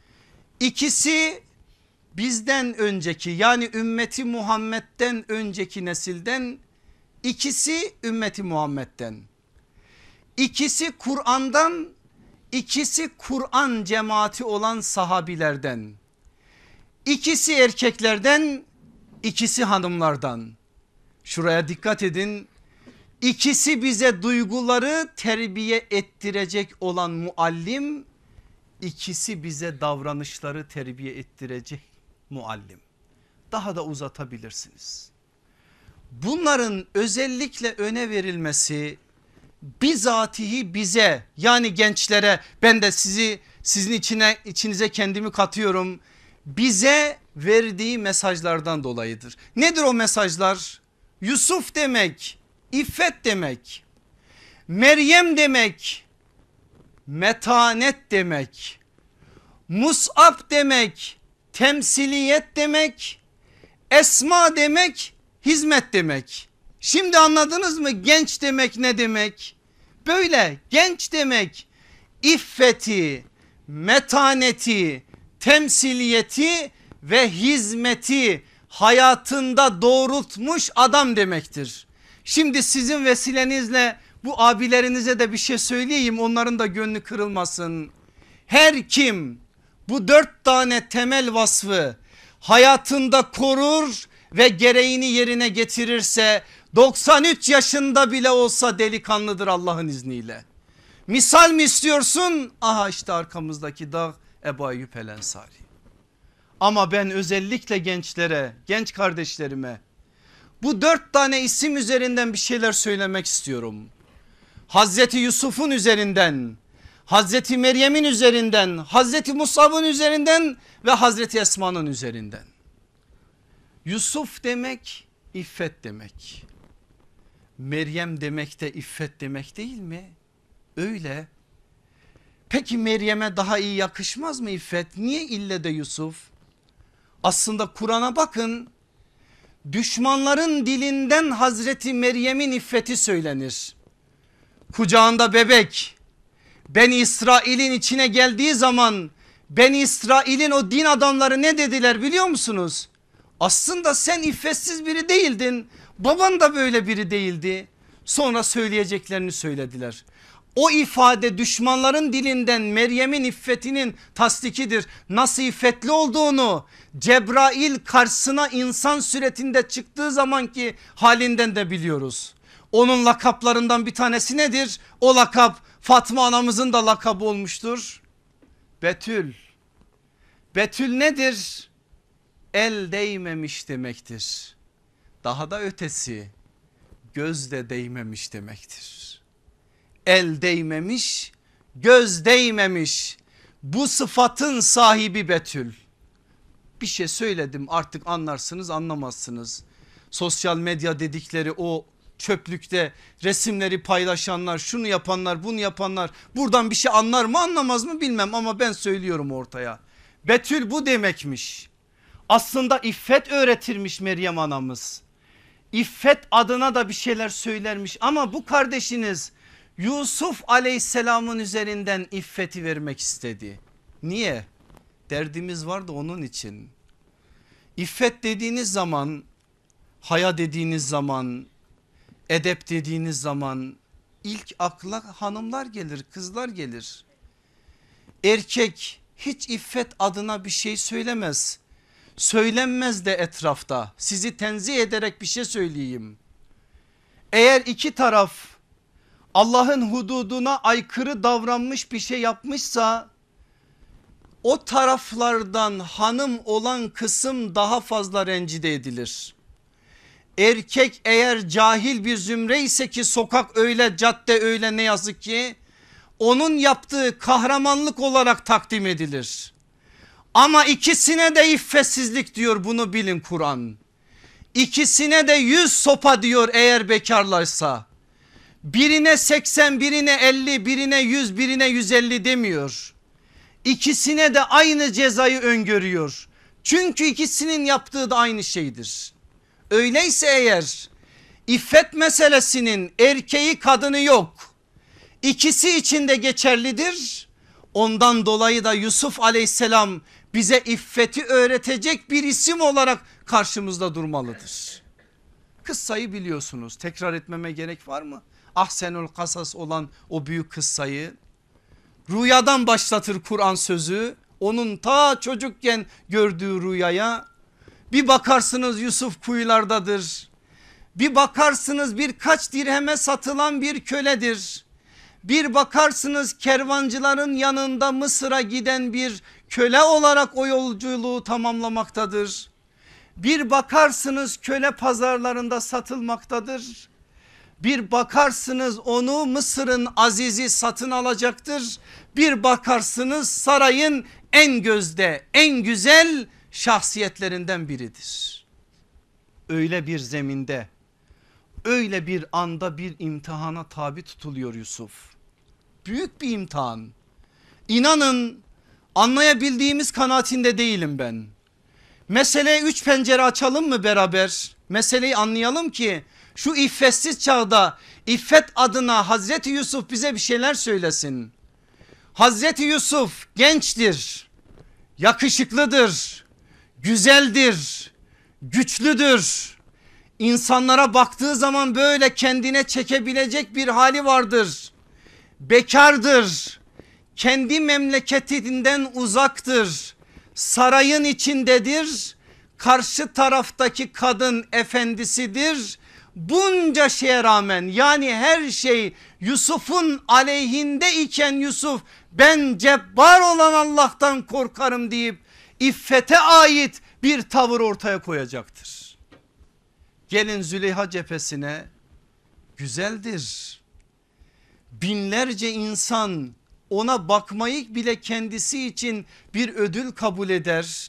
İkisi bizden önceki, yani ümmeti Muhammed'den önceki nesilden, ikisi ümmeti Muhammed'den. İkisi Kur'an'dan, ikisi Kur'an cemaati olan sahabilerden. İkisi erkeklerden, ikisi hanımlardan. Şuraya dikkat edin. İkisi bize duyguları terbiye ettirecek olan muallim, ikisi bize davranışları terbiye ettirecek muallim. Daha da uzatabilirsiniz. Bunların özellikle öne verilmesi bizatihi bize, yani gençlere, ben de sizi sizin içine içinize kendimi katıyorum, bize verdiği mesajlardan dolayıdır. Nedir o mesajlar? Yusuf demek iffet demek, Meryem demek metanet demek, Mus'ab demek temsiliyet demek, Esma demek hizmet demek. Şimdi anladınız mı genç demek ne demek? Böyle genç demek iffeti, metaneti, temsiliyeti ve hizmeti hayatında doğrultmuş adam demektir. Şimdi sizin vesilenizle bu abilerinize de bir şey söyleyeyim, onların da gönlü kırılmasın. Her kim bu dört tane temel vasfı hayatında korur ve gereğini yerine getirirse doksan üç yaşında bile olsa delikanlıdır Allah'ın izniyle. Misal mi istiyorsun? Aha işte arkamızdaki dağ Ebu Eyyub el Ensari. Ama ben özellikle gençlere, genç kardeşlerime bu dört tane isim üzerinden bir şeyler söylemek istiyorum. Hazreti Yusuf'un üzerinden, Hazreti Meryem'in üzerinden, Hazreti Musab'ın üzerinden ve Hazreti Esma'nın üzerinden. Yusuf demek iffet demek. Meryem demek de iffet demek değil mi? Öyle. Peki Meryem'e daha iyi yakışmaz mı iffet? Niye ille de Yusuf? Aslında Kur'an'a bakın. Düşmanların dilinden Hazreti Meryem'in iffeti söylenir. Kucağında bebek. Beni İsrail'in içine geldiği zaman Beni İsrail'in o din adamları ne dediler biliyor musunuz? Aslında sen iffetsiz biri değildin. Baban da böyle biri değildi. Sonra söyleyeceklerini söylediler. O ifade düşmanların dilinden Meryem'in iffetinin tasdikidir. Nasıl iffetli olduğunu Cebrail karşısına insan suretinde çıktığı zamanki halinden de biliyoruz. Onun lakaplarından bir tanesi nedir? O lakap Fatma anamızın da lakabı olmuştur. Betül. Betül nedir? El değmemiş demektir. Daha da ötesi göz de değmemiş demektir. El değmemiş, göz değmemiş, bu sıfatın sahibi Betül. Bir şey söyledim, artık anlarsınız anlamazsınız. Sosyal medya dedikleri o çöplükte resimleri paylaşanlar, şunu yapanlar, bunu yapanlar buradan bir şey anlar mı anlamaz mı bilmem ama ben söylüyorum ortaya. Betül bu demekmiş. Aslında iffet öğretirmiş Meryem anamız. İffet adına da bir şeyler söylermiş ama bu kardeşiniz Yusuf aleyhisselamın üzerinden iffeti vermek istedi. Niye? Derdimiz vardı onun için. İffet dediğiniz zaman, haya dediğiniz zaman, edep dediğiniz zaman ilk akla hanımlar gelir, kızlar gelir. Erkek hiç iffet adına bir şey söylemez. Söylenmez de etrafta. Sizi tenzih ederek bir şey söyleyeyim. Eğer iki taraf Allah'ın hududuna aykırı davranmış bir şey yapmışsa o taraflardan hanım olan kısım daha fazla rencide edilir. Erkek eğer cahil bir zümre ise ki sokak öyle, cadde öyle, ne yazık ki onun yaptığı kahramanlık olarak takdim edilir. Ama ikisine de iffetsizlik diyor, bunu bilin Kur'an. İkisine de yüz sopa diyor eğer bekarlarsa. Birine seksen, birine elli, birine yüz, birine yüz elli demiyor. İkisine de aynı cezayı öngörüyor. Çünkü ikisinin yaptığı da aynı şeydir. Öyleyse eğer iffet meselesinin erkeği kadını yok. İkisi için de geçerlidir. Ondan dolayı da Yusuf aleyhisselam bize iffeti öğretecek bir isim olarak karşımızda durmalıdır. Kıssayı biliyorsunuz, tekrar etmeme gerek var mı? Ahsenul Kasas olan o büyük kıssayı rüyadan başlatır Kur'an sözü. Onun ta çocukken gördüğü rüyaya bir bakarsınız Yusuf kuyulardadır. Bir bakarsınız birkaç dirheme satılan bir köledir. Bir bakarsınız kervancıların yanında Mısır'a giden bir köle olarak o yolculuğu tamamlamaktadır. Bir bakarsınız köle pazarlarında satılmaktadır. Bir bakarsınız onu Mısır'ın azizi satın alacaktır. Bir bakarsınız sarayın en gözde, en güzel şahsiyetlerinden biridir. Öyle bir zeminde, öyle bir anda bir imtihana tabi tutuluyor Yusuf. Büyük bir imtihan. İnanın anlayabildiğimiz kanaatinde değilim ben. Meseleye üç pencere açalım mı beraber? Meseleyi anlayalım ki şu iffetsiz çağda iffet adına Hazreti Yusuf bize bir şeyler söylesin. Hazreti Yusuf gençtir, yakışıklıdır, güzeldir, güçlüdür. İnsanlara baktığı zaman böyle kendine çekebilecek bir hali vardır. Bekardır, kendi memleketinden uzaktır, sarayın içindedir, karşı taraftaki kadın efendisidir. Bunca şeye rağmen, yani her şey Yusuf'un aleyhinde iken Yusuf ben cebbar olan Allah'tan korkarım deyip iffete ait bir tavır ortaya koyacaktır. Gelin Züleyha cephesine, güzeldir. Binlerce insan ona bakmayı bile kendisi için bir ödül kabul eder.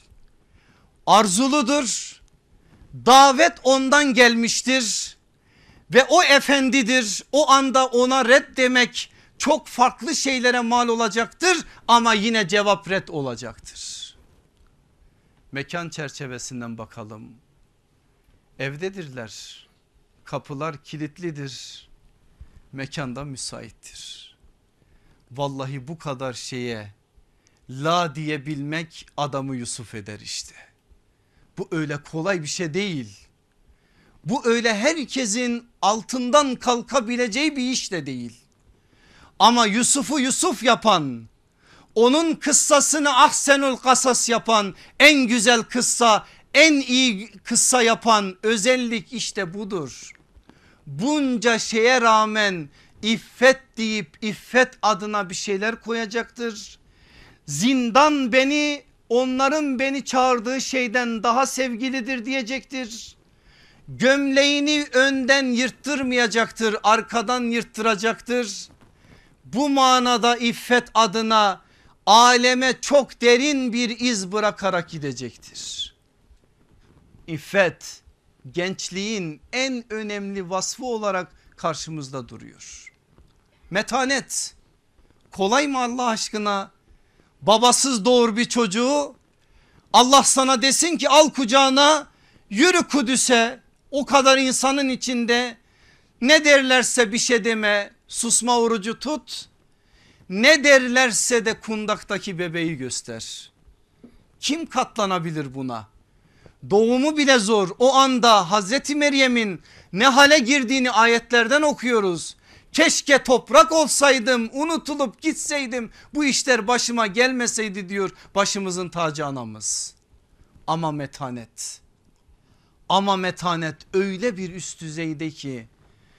Arzuludur. Davet ondan gelmiştir ve o efendidir. O anda ona red demek çok farklı şeylere mal olacaktır ama yine cevap red olacaktır. Mekan çerçevesinden bakalım. Evdedirler. Kapılar kilitlidir. Mekanda müsaittir. Vallahi bu kadar şeye la diyebilmek adamı Yusuf eder işte. Bu öyle kolay bir şey değil. Bu öyle herkesin altından kalkabileceği bir iş de değil. Ama Yusuf'u Yusuf yapan, onun kıssasını ahsenul kasas yapan, en güzel kıssa, en iyi kıssa yapan özellik işte budur. Bunca şeye rağmen iffet deyip iffet adına bir şeyler koyacaktır. Zindan beni, onların beni çağırdığı şeyden daha sevgilidir diyecektir. Gömleğini önden yırttırmayacaktır, arkadan yırttıracaktır. Bu manada iffet adına aleme çok derin bir iz bırakarak gidecektir. İffet gençliğin en önemli vasfı olarak karşımızda duruyor. Metanet. Kolay mı Allah aşkına? Babasız doğur bir çocuğu, Allah sana desin ki al kucağına, yürü Kudüs'e, o kadar insanın içinde ne derlerse bir şey deme, susma orucu tut, ne derlerse de kundaktaki bebeği göster. Kim katlanabilir buna? Doğumu bile zor. O anda Hazreti Meryem'in ne hale girdiğini ayetlerden okuyoruz. Keşke toprak olsaydım, unutulup gitseydim, bu işler başıma gelmeseydi diyor başımızın tacı anamız. Ama metanet, ama metanet öyle bir üst düzeyde ki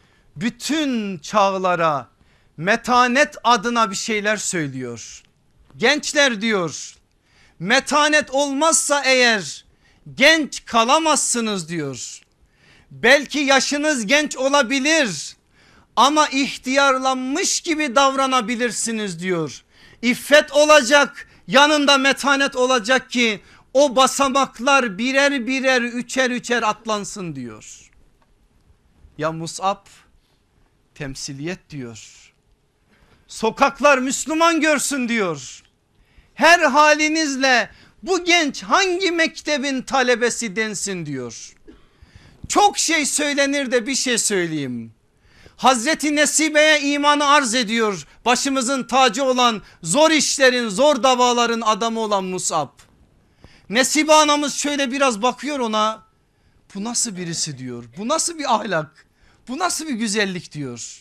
bütün çağlara metanet adına bir şeyler söylüyor. Gençler diyor, metanet olmazsa eğer genç kalamazsınız diyor. Belki yaşınız genç olabilir ama ihtiyarlanmış gibi davranabilirsiniz diyor. İffet olacak, yanında metanet olacak ki o basamaklar birer birer üçer üçer atlansın diyor. Ya Mus'ab temsiliyet diyor. Sokaklar Müslüman görsün diyor. Her halinizle bu genç hangi mektebin talebesi densin diyor. Çok şey söylenir de bir şey söyleyeyim. Hazreti Nesibe'ye imanı arz ediyor. Başımızın tacı olan, zor işlerin, zor davaların adamı olan Mus'ab. Nesibe anamız şöyle biraz bakıyor ona. Bu nasıl birisi diyor. Bu nasıl bir ahlak? Bu nasıl bir güzellik diyor.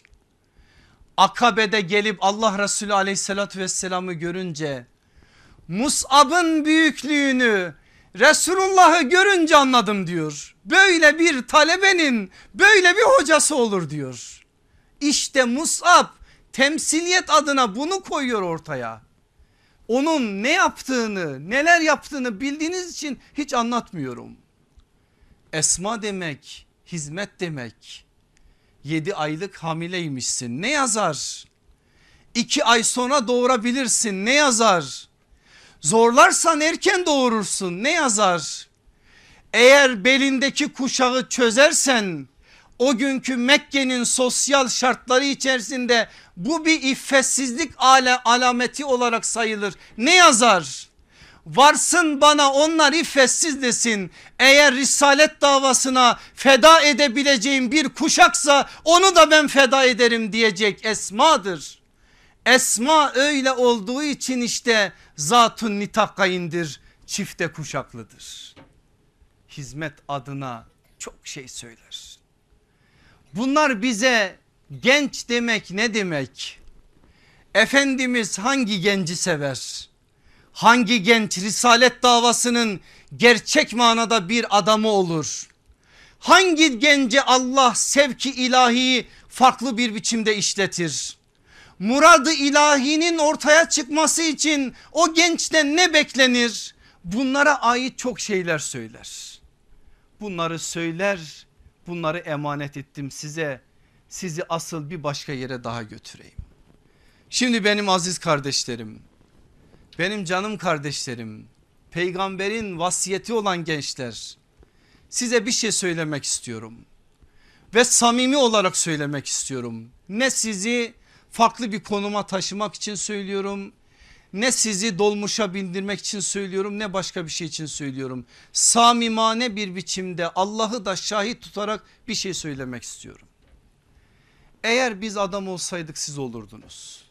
Akabe'de gelip Allah Resulü aleyhissalatü vesselam'ı görünce Mus'ab'ın büyüklüğünü Resulullah'ı görünce anladım diyor. Böyle bir talebenin böyle bir hocası olur diyor. İşte Mus'ab temsiliyet adına bunu koyuyor ortaya. Onun ne yaptığını, neler yaptığını bildiğiniz için hiç anlatmıyorum. Esma demek hizmet demek. Yedi aylık hamileymişsin, ne yazar? İki ay sonra doğurabilirsin, ne yazar? Zorlarsan erken doğurursun, ne yazar? Eğer belindeki kuşağı çözersen o günkü Mekke'nin sosyal şartları içerisinde bu bir iffetsizlik alameti olarak sayılır, ne yazar? Varsın bana onlar iffetsiz desin, eğer risalet davasına feda edebileceğim bir kuşaksa onu da ben feda ederim diyecek Esma'dır. Esma öyle olduğu için işte zatun nitakaindir, çifte kuşaklıdır. Hizmet adına çok şey söyler. Bunlar bize genç demek ne demek? Efendimiz hangi genci sever? Hangi genç risalet davasının gerçek manada bir adamı olur? Hangi gence Allah sevki ilahiyi farklı bir biçimde işletir? Muradı ilahinin ortaya çıkması için o gençten ne beklenir? Bunlara ait çok şeyler söyler. Bunları söyler, bunları emanet ettim size. Sizi asıl bir başka yere daha götüreyim. Şimdi benim aziz kardeşlerim, benim canım kardeşlerim, peygamberin vasiyeti olan gençler, size bir şey söylemek istiyorum. Ve samimi olarak söylemek istiyorum. Ne sizi farklı bir konuma taşımak için söylüyorum, ne sizi dolmuşa bindirmek için söylüyorum, ne başka bir şey için söylüyorum. Samimane bir biçimde Allah'ı da şahit tutarak bir şey söylemek istiyorum. Eğer biz adam olsaydık siz olurdunuz.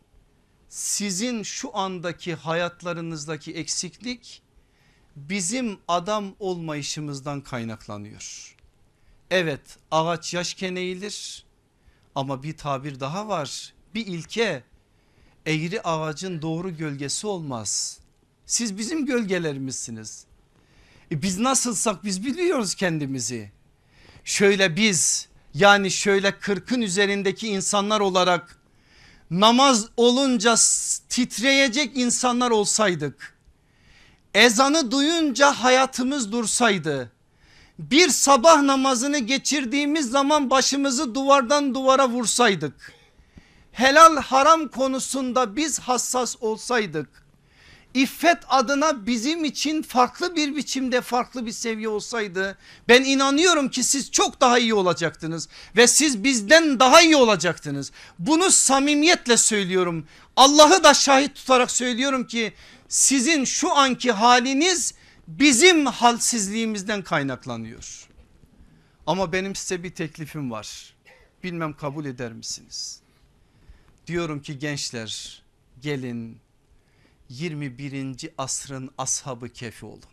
Sizin şu andaki hayatlarınızdaki eksiklik bizim adam olmayışımızdan kaynaklanıyor. Evet, ağaç yaşken eğilir ama bir tabir daha var, bir ilke, eğri ağacın doğru gölgesi olmaz. Siz bizim gölgelerimizsiniz. E biz nasılsak biz biliyoruz kendimizi. Şöyle biz, yani şöyle kırkın üzerindeki insanlar olarak namaz olunca titreyecek insanlar olsaydık, ezanı duyunca hayatımız dursaydı, bir sabah namazını geçirdiğimiz zaman başımızı duvardan duvara vursaydık, helal haram konusunda biz hassas olsaydık, İffet adına bizim için farklı bir biçimde farklı bir seviye olsaydı ben inanıyorum ki siz çok daha iyi olacaktınız ve siz bizden daha iyi olacaktınız. Bunu samimiyetle söylüyorum. Allah'ı da şahit tutarak söylüyorum ki sizin şu anki haliniz bizim halsizliğimizden kaynaklanıyor. Ama benim size bir teklifim var. Bilmem kabul eder misiniz? Diyorum ki gençler, gelin yirmi birinci asrın ashab-ı kefi olun.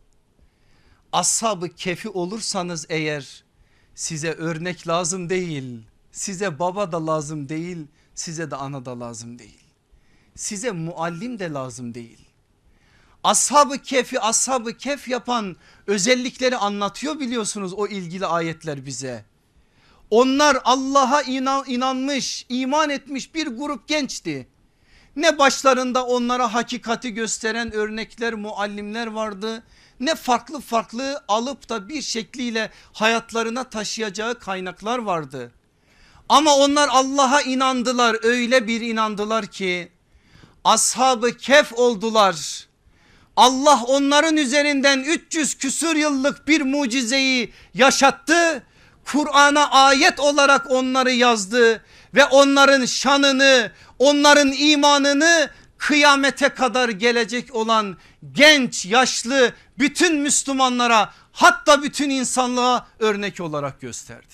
Ashab-ı kefi olursanız eğer size örnek lazım değil, size baba da lazım değil, size de ana da lazım değil. Size muallim de lazım değil. Ashab-ı kefi ashab-ı kef yapan özellikleri anlatıyor biliyorsunuz o ilgili ayetler bize. Onlar Allah'a inan, inanmış, iman etmiş bir grup gençti. Ne başlarında onlara hakikati gösteren örnekler, muallimler vardı, ne farklı farklı alıp da bir şekliyle hayatlarına taşıyacağı kaynaklar vardı. Ama onlar Allah'a inandılar, öyle bir inandılar ki ashab-ı kef oldular. Allah onların üzerinden üç yüz küsur yıllık bir mucizeyi yaşattı. Kur'an'a ayet olarak onları yazdı ve onların şanını, onların imanını kıyamete kadar gelecek olan genç, yaşlı bütün Müslümanlara, hatta bütün insanlığa örnek olarak gösterdi.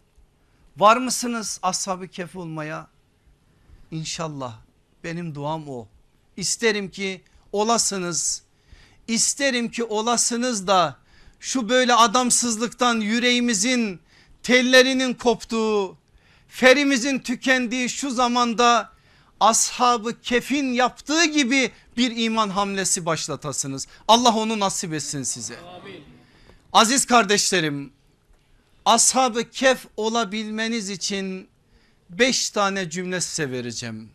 Var mısınız ashab-ı kef olmaya? İnşallah, benim duam o. İsterim ki olasınız. İsterim ki olasınız da şu böyle adamsızlıktan yüreğimizin tellerinin koptuğu, ferimizin tükendiği şu zamanda ashab-ı kefin yaptığı gibi bir iman hamlesi başlatasınız. Allah onu nasip etsin size. Amin. Aziz kardeşlerim, ashab-ı kef olabilmeniz için beş tane cümle size vereceğim.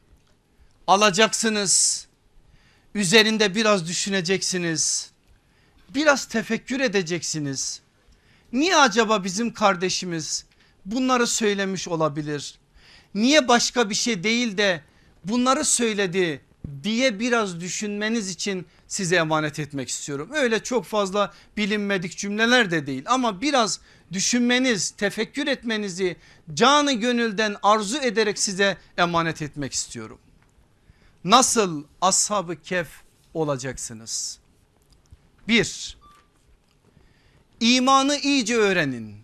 Alacaksınız, üzerinde biraz düşüneceksiniz, biraz tefekkür edeceksiniz. Niye acaba bizim kardeşimiz bunları söylemiş olabilir? Niye başka bir şey değil de bunları söyledi diye biraz düşünmeniz için size emanet etmek istiyorum. Öyle çok fazla bilinmedik cümleler de değil ama biraz düşünmeniz, tefekkür etmenizi canı gönülden arzu ederek size emanet etmek istiyorum. Nasıl ashab-ı kef olacaksınız? Bir, imanı iyice öğrenin,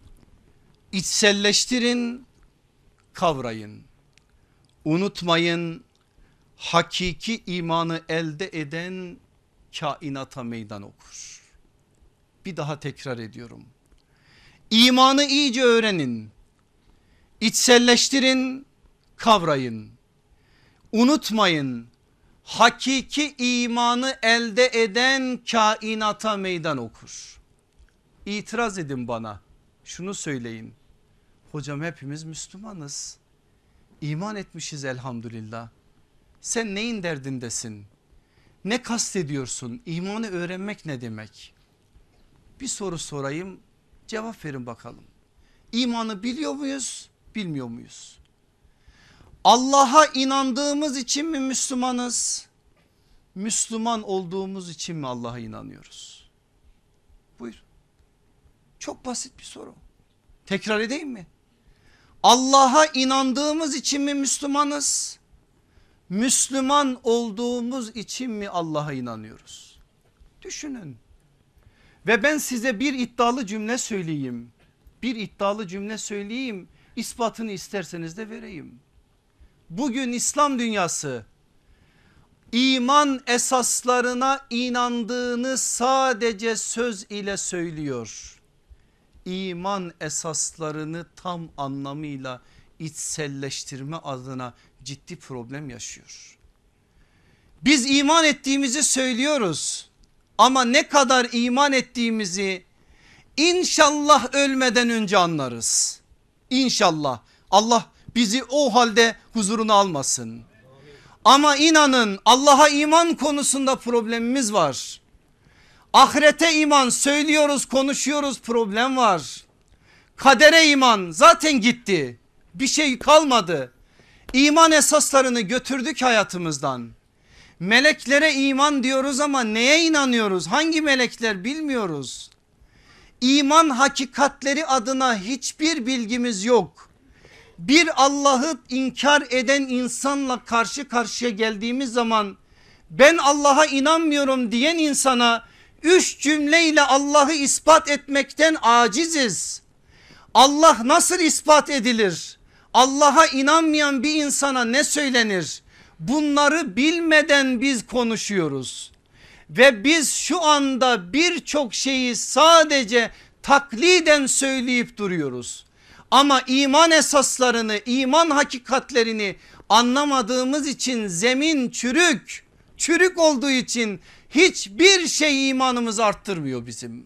içselleştirin, kavrayın. Unutmayın, hakiki imanı elde eden kainata meydan okur. Bir daha tekrar ediyorum. İmanı iyice öğrenin, içselleştirin, kavrayın. Unutmayın, hakiki imanı elde eden kainata meydan okur. İtiraz edin bana, şunu söyleyin. Hocam hepimiz Müslümanız, İman etmişiz elhamdülillah. Sen neyin derdindesin? Ne kastediyorsun? İmanı öğrenmek ne demek? Bir soru sorayım, cevap verin bakalım. İmanı biliyor muyuz, bilmiyor muyuz? Allah'a inandığımız için mi Müslümanız? Müslüman olduğumuz için mi Allah'a inanıyoruz? Buyur. Çok basit bir soru. Tekrar edeyim mi? Allah'a inandığımız için mi Müslümanız? Müslüman olduğumuz için mi Allah'a inanıyoruz? Düşünün. Ve ben size bir iddialı cümle söyleyeyim. Bir iddialı cümle söyleyeyim. İspatını isterseniz de vereyim. Bugün İslam dünyası iman esaslarına inandığını sadece söz ile söylüyor. İman esaslarını tam anlamıyla içselleştirme adına ciddi problem yaşıyor. Biz iman ettiğimizi söylüyoruz ama ne kadar iman ettiğimizi inşallah ölmeden önce anlarız. İnşallah Allah bizi o halde huzuruna almasın. Ama inanın Allah'a iman konusunda problemimiz var. Ahirete iman söylüyoruz, konuşuyoruz, problem var. Kadere iman zaten gitti, bir şey kalmadı. İman esaslarını götürdük hayatımızdan. Meleklere iman diyoruz ama neye inanıyoruz? Hangi melekler bilmiyoruz. İman hakikatleri adına hiçbir bilgimiz yok. Bir Allah'ı inkar eden insanla karşı karşıya geldiğimiz zaman ben Allah'a inanmıyorum diyen insana üç cümleyle Allah'ı ispat etmekten aciziz. Allah nasıl ispat edilir? Allah'a inanmayan bir insana ne söylenir? Bunları bilmeden biz konuşuyoruz. Ve biz şu anda birçok şeyi sadece takliden söyleyip duruyoruz. Ama iman esaslarını, iman hakikatlerini anlamadığımız için zemin çürük, çürük olduğu için hiçbir şey imanımızı arttırmıyor bizim.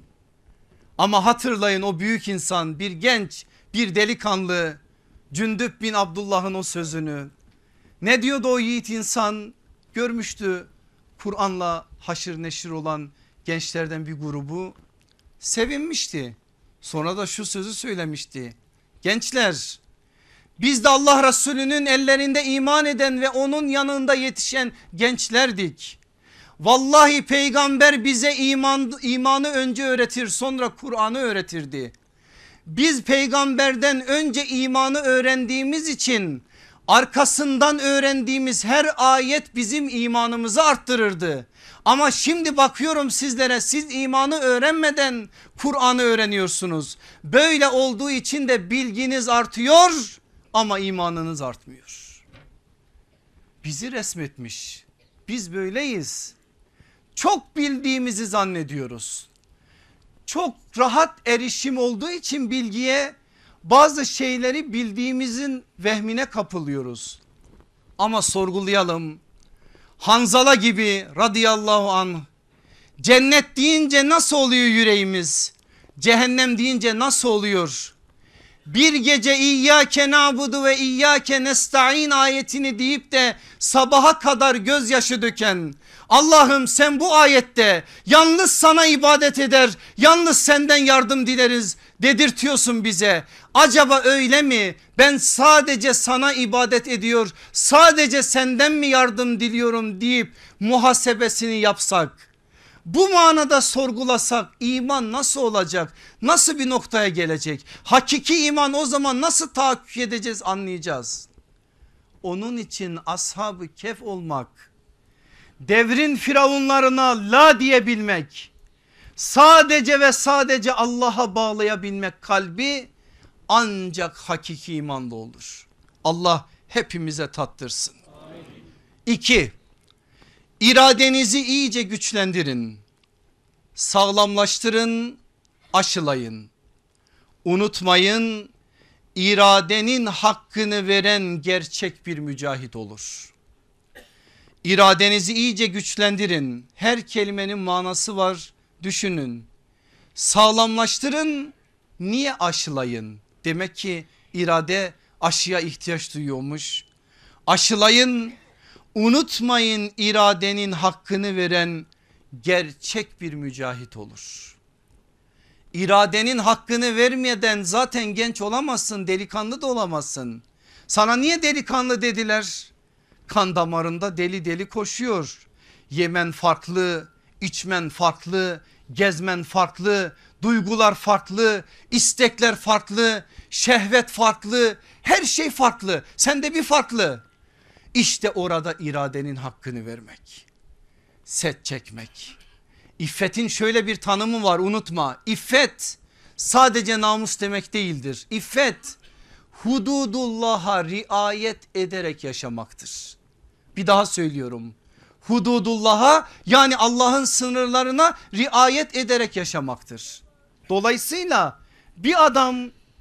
Ama hatırlayın o büyük insan, bir genç, bir delikanlı, Cündüp bin Abdullah'ın o sözünü. Ne diyordu o yiğit insan? Görmüştü Kur'an'la haşır neşir olan gençlerden bir grubu, sevinmişti. Sonra da şu sözü söylemişti: gençler, biz de Allah Resulü'nün ellerinde iman eden ve onun yanında yetişen gençlerdik. Vallahi peygamber bize iman, imanı önce öğretir, sonra Kur'an'ı öğretirdi. Biz peygamberden önce imanı öğrendiğimiz için arkasından öğrendiğimiz her ayet bizim imanımızı arttırırdı. Ama şimdi bakıyorum sizlere, siz imanı öğrenmeden Kur'an'ı öğreniyorsunuz. Böyle olduğu için de bilginiz artıyor ama imanınız artmıyor. Bizi resmetmiş. Biz böyleyiz. Çok bildiğimizi zannediyoruz. Çok rahat erişim olduğu için bilgiye bazı şeyleri bildiğimizin vehmine kapılıyoruz. Ama sorgulayalım. Hanzala gibi radıyallahu anh, cennet deyince nasıl oluyor yüreğimiz? Cehennem deyince nasıl oluyor? Bir gece İyyâke na'budu ve İyyâke nesta'in ayetini deyip de sabaha kadar gözyaşı döken, Allah'ım sen bu ayette yalnız sana ibadet eder, yalnız senden yardım dileriz dedirtiyorsun bize. Acaba öyle mi? Ben sadece sana ibadet ediyor, sadece senden mi yardım diliyorum deyip muhasebesini yapsak, bu manada sorgulasak iman nasıl olacak? Nasıl bir noktaya gelecek? Hakiki iman o zaman nasıl tahakkuk edeceğiz, anlayacağız. Onun için ashab-ı kehf olmak, devrin firavunlarına la diyebilmek, sadece ve sadece Allah'a bağlayabilmek kalbi ancak hakiki imanda olur. Allah hepimize tattırsın. Amin. İki, iradenizi iyice güçlendirin, sağlamlaştırın, aşılayın. Unutmayın, iradenin hakkını veren gerçek bir mücahit olur. İradenizi iyice güçlendirin. Her kelimenin manası var, düşünün. Sağlamlaştırın, niye aşılayın? Demek ki irade aşıya ihtiyaç duyuyormuş. Aşılayın, unutmayın, iradenin hakkını veren gerçek bir mücahit olur. İradenin hakkını vermeden zaten genç olamazsın, delikanlı da olamazsın. Sana niye delikanlı dediler? Kan damarında deli deli koşuyor. Yemen farklı, içmen farklı, gezmen farklı, duygular farklı, istekler farklı, şehvet farklı, her şey farklı. Sende bir farklı. İşte orada iradenin hakkını vermek, set çekmek. İffetin şöyle bir tanımı var, unutma. İffet sadece namus demek değildir. İffet hududullah'a riayet ederek yaşamaktır. Bir daha söylüyorum. Hududullah'a, yani Allah'ın sınırlarına riayet ederek yaşamaktır. Dolayısıyla bir adam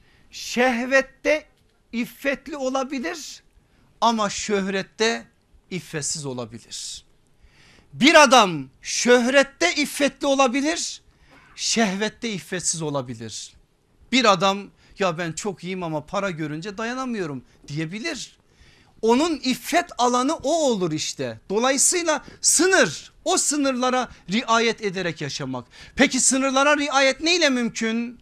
şehvette iffetli olabilir ama şöhrette iffetsiz olabilir. Bir adam şöhrette iffetli olabilir, şehvette iffetsiz olabilir. Bir adam ya ben çok iyiyim ama para görünce dayanamıyorum diyebilir. Onun iffet alanı o olur işte. Dolayısıyla sınır, o sınırlara riayet ederek yaşamak. Peki sınırlara riayet neyle mümkün?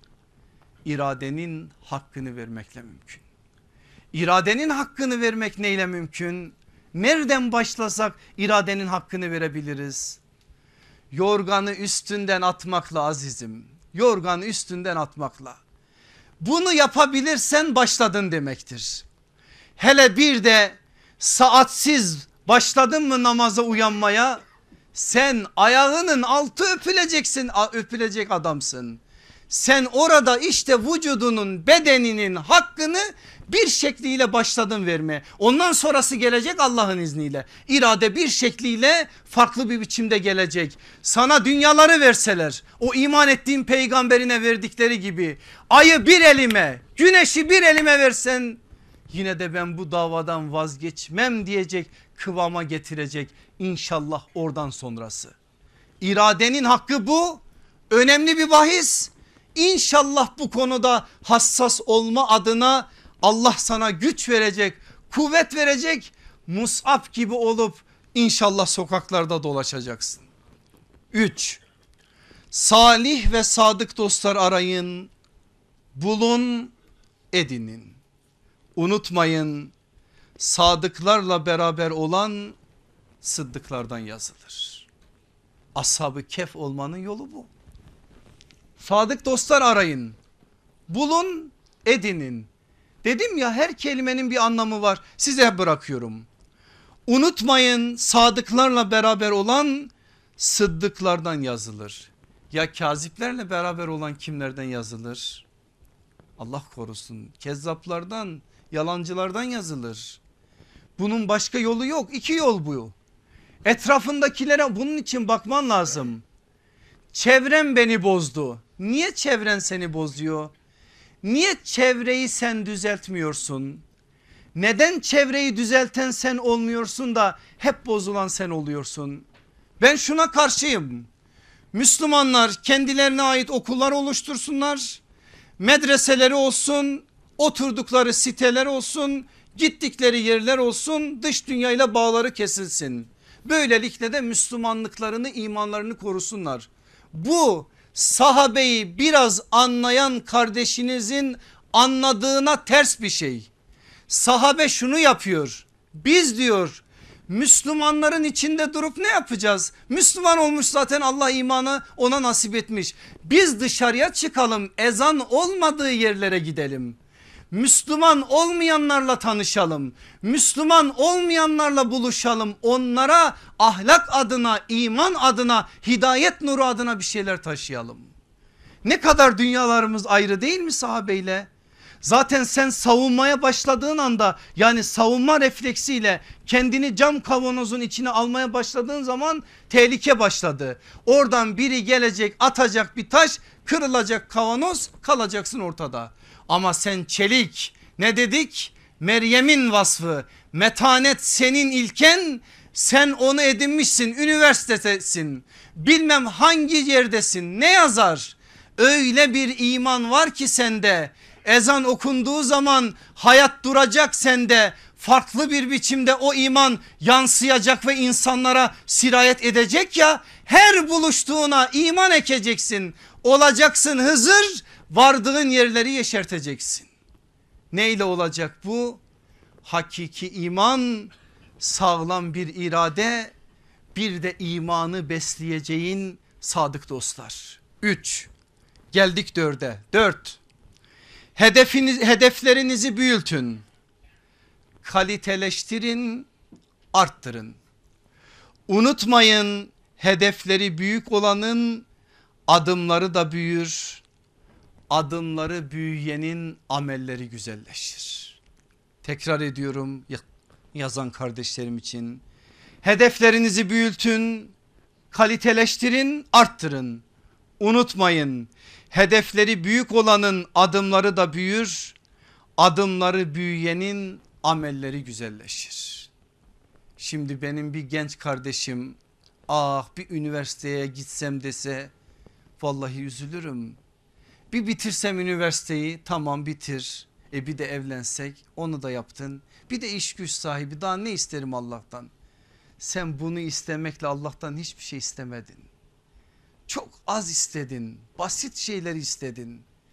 İradenin hakkını vermekle mümkün. İradenin hakkını vermek neyle mümkün? Nereden başlasak iradenin hakkını verebiliriz? Yorganı üstünden atmakla azizim. Yorganı üstünden atmakla. Bunu yapabilirsen başladın demektir. Hele bir de saatsiz başladın mı namaza uyanmaya, sen ayağının altı öpüleceksin, öpülecek adamsın. Sen orada işte vücudunun, bedeninin hakkını bir şekliyle başladın vermeye. Ondan sonrası gelecek Allah'ın izniyle. İrade bir şekliyle farklı bir biçimde gelecek. Sana dünyaları verseler, o iman ettiğin peygamberine verdikleri gibi, ayı bir elime, güneşi bir elime versen, yine de ben bu davadan vazgeçmem diyecek kıvama getirecek inşallah oradan sonrası. İradenin hakkı bu. Önemli bir bahis. İnşallah bu konuda hassas olma adına Allah sana güç verecek, kuvvet verecek. Mus'ab gibi olup inşallah sokaklarda dolaşacaksın. üç. Salih ve sadık dostlar arayın, bulun, edinin. Unutmayın, sadıklarla beraber olan sıddıklardan yazılır. Ashab-ı Kehf olmanın yolu bu. Sadık dostlar arayın, bulun, edinin. Dedim ya, her kelimenin bir anlamı var, size bırakıyorum. Unutmayın, sadıklarla beraber olan sıddıklardan yazılır. Ya kaziplerle beraber olan kimlerden yazılır? Allah korusun, kezzaplardan, yalancılardan yazılır. Bunun başka yolu yok, iki yol bu. Etrafındakilere bunun için bakman lazım. Çevrem beni bozdu. Niye çevren seni bozuyor? Niye çevreyi sen düzeltmiyorsun? Neden çevreyi düzelten sen olmuyorsun da hep bozulan sen oluyorsun? Ben şuna karşıyım. Müslümanlar kendilerine ait okullar oluştursunlar. Medreseleri olsun, oturdukları siteler olsun, gittikleri yerler olsun, dış dünyayla bağları kesilsin. Böylelikle de Müslümanlıklarını, imanlarını korusunlar. Bu sahabeyi biraz anlayan kardeşinizin anladığına ters bir şey. Sahabe şunu yapıyor. Biz diyor Müslümanların içinde durup ne yapacağız? Müslüman olmuş zaten, Allah imanı ona nasip etmiş. Biz dışarıya çıkalım, ezan olmadığı yerlere gidelim. Müslüman olmayanlarla tanışalım. Müslüman olmayanlarla buluşalım. Onlara ahlak adına, iman adına, hidayet nuru adına bir şeyler taşıyalım. Ne kadar dünyalarımız ayrı değil mi sahabeyle? Zaten sen savunmaya başladığın anda, yani savunma refleksiyle kendini cam kavanozun içine almaya başladığın zaman tehlike başladı. Oradan biri gelecek, atacak bir taş, kırılacak kavanoz, kalacaksın ortada. Ama sen çelik, ne dedik? Meryem'in vasfı, metanet senin ilken, sen onu edinmişsin, üniversitedesin, bilmem hangi yerdesin, ne yazar? Öyle bir iman var ki sende, ezan okunduğu zaman hayat duracak sende, farklı bir biçimde o iman yansıyacak ve insanlara sirayet edecek ya, her buluştuğuna iman ekeceksin, olacaksın Hızır, vardığın yerleri yeşerteceksin. Neyle olacak bu? Hakiki iman, sağlam bir irade, bir de imanı besleyeceğin sadık dostlar. üç. Geldik dörde. dört. Hedefiniz, hedeflerinizi büyütün, kaliteleştirin, arttırın. Unutmayın, hedefleri büyük olanın adımları da büyür. Adımları büyüyenin amelleri güzelleşir. Tekrar ediyorum yazan kardeşlerim için. Hedeflerinizi büyütün, kaliteleştirin, arttırın. Unutmayın, hedefleri büyük olanın adımları da büyür. Adımları büyüyenin amelleri güzelleşir. Şimdi benim bir genç kardeşim, ah bir üniversiteye gitsem dese, vallahi üzülürüm. Bir bitirsem üniversiteyi, tamam bitir. E bir de evlensek, onu da yaptın. Bir de iş güç sahibi, daha ne isterim Allah'tan? Sen bunu istemekle Allah'tan hiçbir şey istemedin. Çok az istedin, basit şeyler istedin.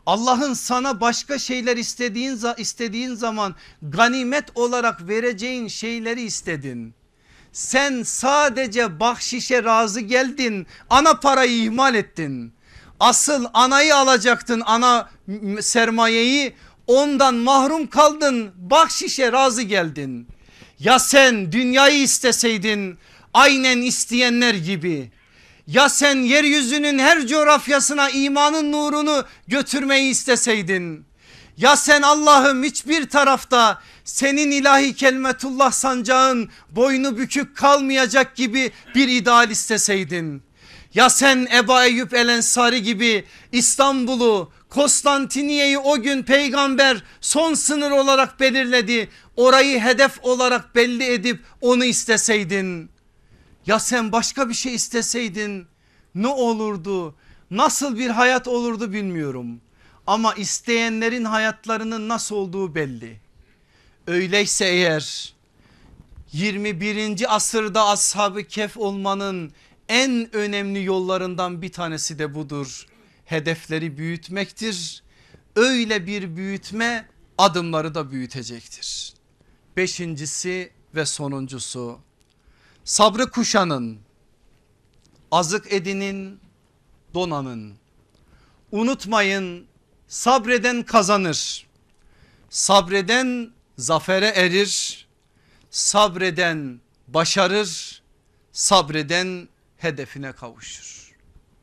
Allah'ın sana başka şeyler istediğin, istediğin zaman ganimet olarak vereceğin şeyleri istedin. Sen sadece bahşişe razı geldin, ana parayı ihmal ettin. Asıl anayı alacaktın, ana sermayeyi, ondan mahrum kaldın, bahşişe razı geldin. Ya sen dünyayı isteseydin aynen isteyenler gibi, ya sen yeryüzünün her coğrafyasına imanın nurunu götürmeyi isteseydin, ya sen Allah'ım hiçbir tarafta senin ilahi kelimetullah sancağın boynu bükük kalmayacak gibi bir ideal isteseydin, ya sen Ebu Eyyub el Ensari gibi İstanbul'u, Konstantiniye'yi o gün peygamber son sınır olarak belirledi, orayı hedef olarak belli edip onu isteseydin, ya sen başka bir şey isteseydin ne olurdu? Nasıl bir hayat olurdu bilmiyorum. Ama isteyenlerin hayatlarının nasıl olduğu belli. Öyleyse eğer yirmi birinci asırda ashab-ı kehf olmanın en önemli yollarından bir tanesi de budur. Hedefleri büyütmektir. Öyle bir büyütme adımları da büyütecektir. Beşincisi ve sonuncusu, sabrı kuşanın, azık edinin, donanın. Unutmayın, sabreden kazanır. Sabreden zafere erir. Sabreden başarır. Sabreden hedefine kavuşur.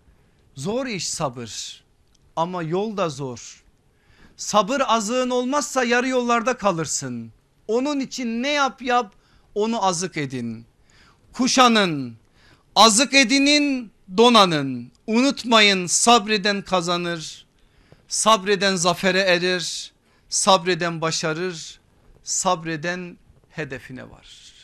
Zor iş sabır ama yol da zor. Sabır azığın olmazsa yarı yollarda kalırsın. Onun için ne yap yap onu azık edin. Kuşanın, azık edinin, donanın. Unutmayın, sabreden kazanır. Sabreden zafere erir. Sabreden başarır. Sabreden hedefine varır.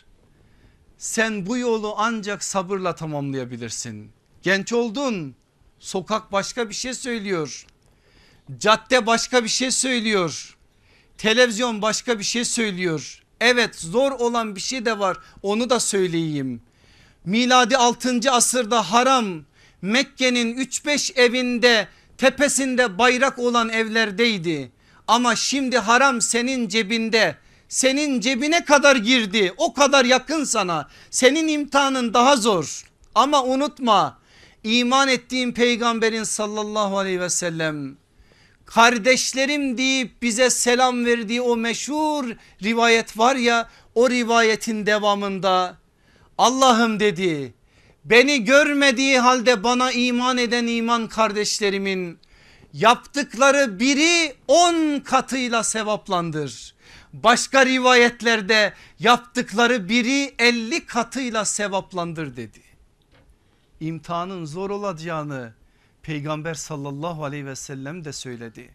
Sen bu yolu ancak sabırla tamamlayabilirsin. Genç oldun, sokak başka bir şey söylüyor. Cadde başka bir şey söylüyor. Televizyon başka bir şey söylüyor. Evet, zor olan bir şey de var, onu da söyleyeyim. Miladi altıncı asırda haram Mekke'nin üç beş evinde tepesinde bayrak olan evlerdeydi. Ama şimdi haram senin cebinde, senin cebine kadar girdi, o kadar yakın sana. Senin imtihanın daha zor ama unutma, iman ettiğin peygamberin sallallahu aleyhi ve sellem kardeşlerim deyip bize selam verdiği o meşhur rivayet var ya, o rivayetin devamında Allah'ım dedi, beni görmediği halde bana iman eden iman kardeşlerimin yaptıkları biri on katıyla sevaplandır. Başka rivayetlerde yaptıkları biri elli katıyla sevaplandır dedi. İmtihanın zor olacağını Peygamber sallallahu aleyhi ve sellem de söyledi.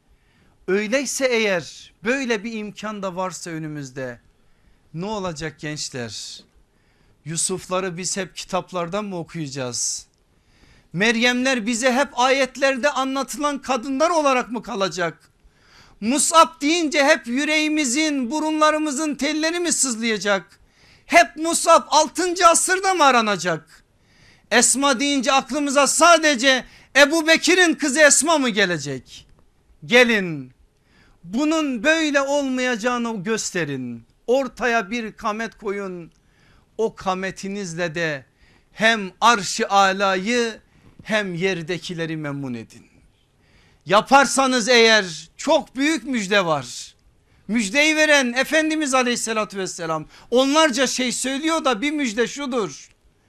Öyleyse eğer böyle bir imkan da varsa önümüzde, ne olacak gençler? Yusufları biz hep kitaplardan mı okuyacağız? Meryemler bize hep ayetlerde anlatılan kadınlar olarak mı kalacak? Musab deyince hep yüreğimizin, burunlarımızın telleri mi sızlayacak? Hep Musab altıncı asırda mı aranacak? Esma deyince aklımıza sadece Ebu Bekir'in kızı Esma mı gelecek? Gelin, bunun böyle olmayacağını gösterin. Ortaya bir kamet koyun. O kametinizle de hem arş-ı alayı hem yerdekileri memnun edin. Yaparsanız eğer çok büyük müjde var. Müjdeyi veren Efendimiz aleyhissalatü vesselam onlarca şey söylüyor da bir müjde şudur.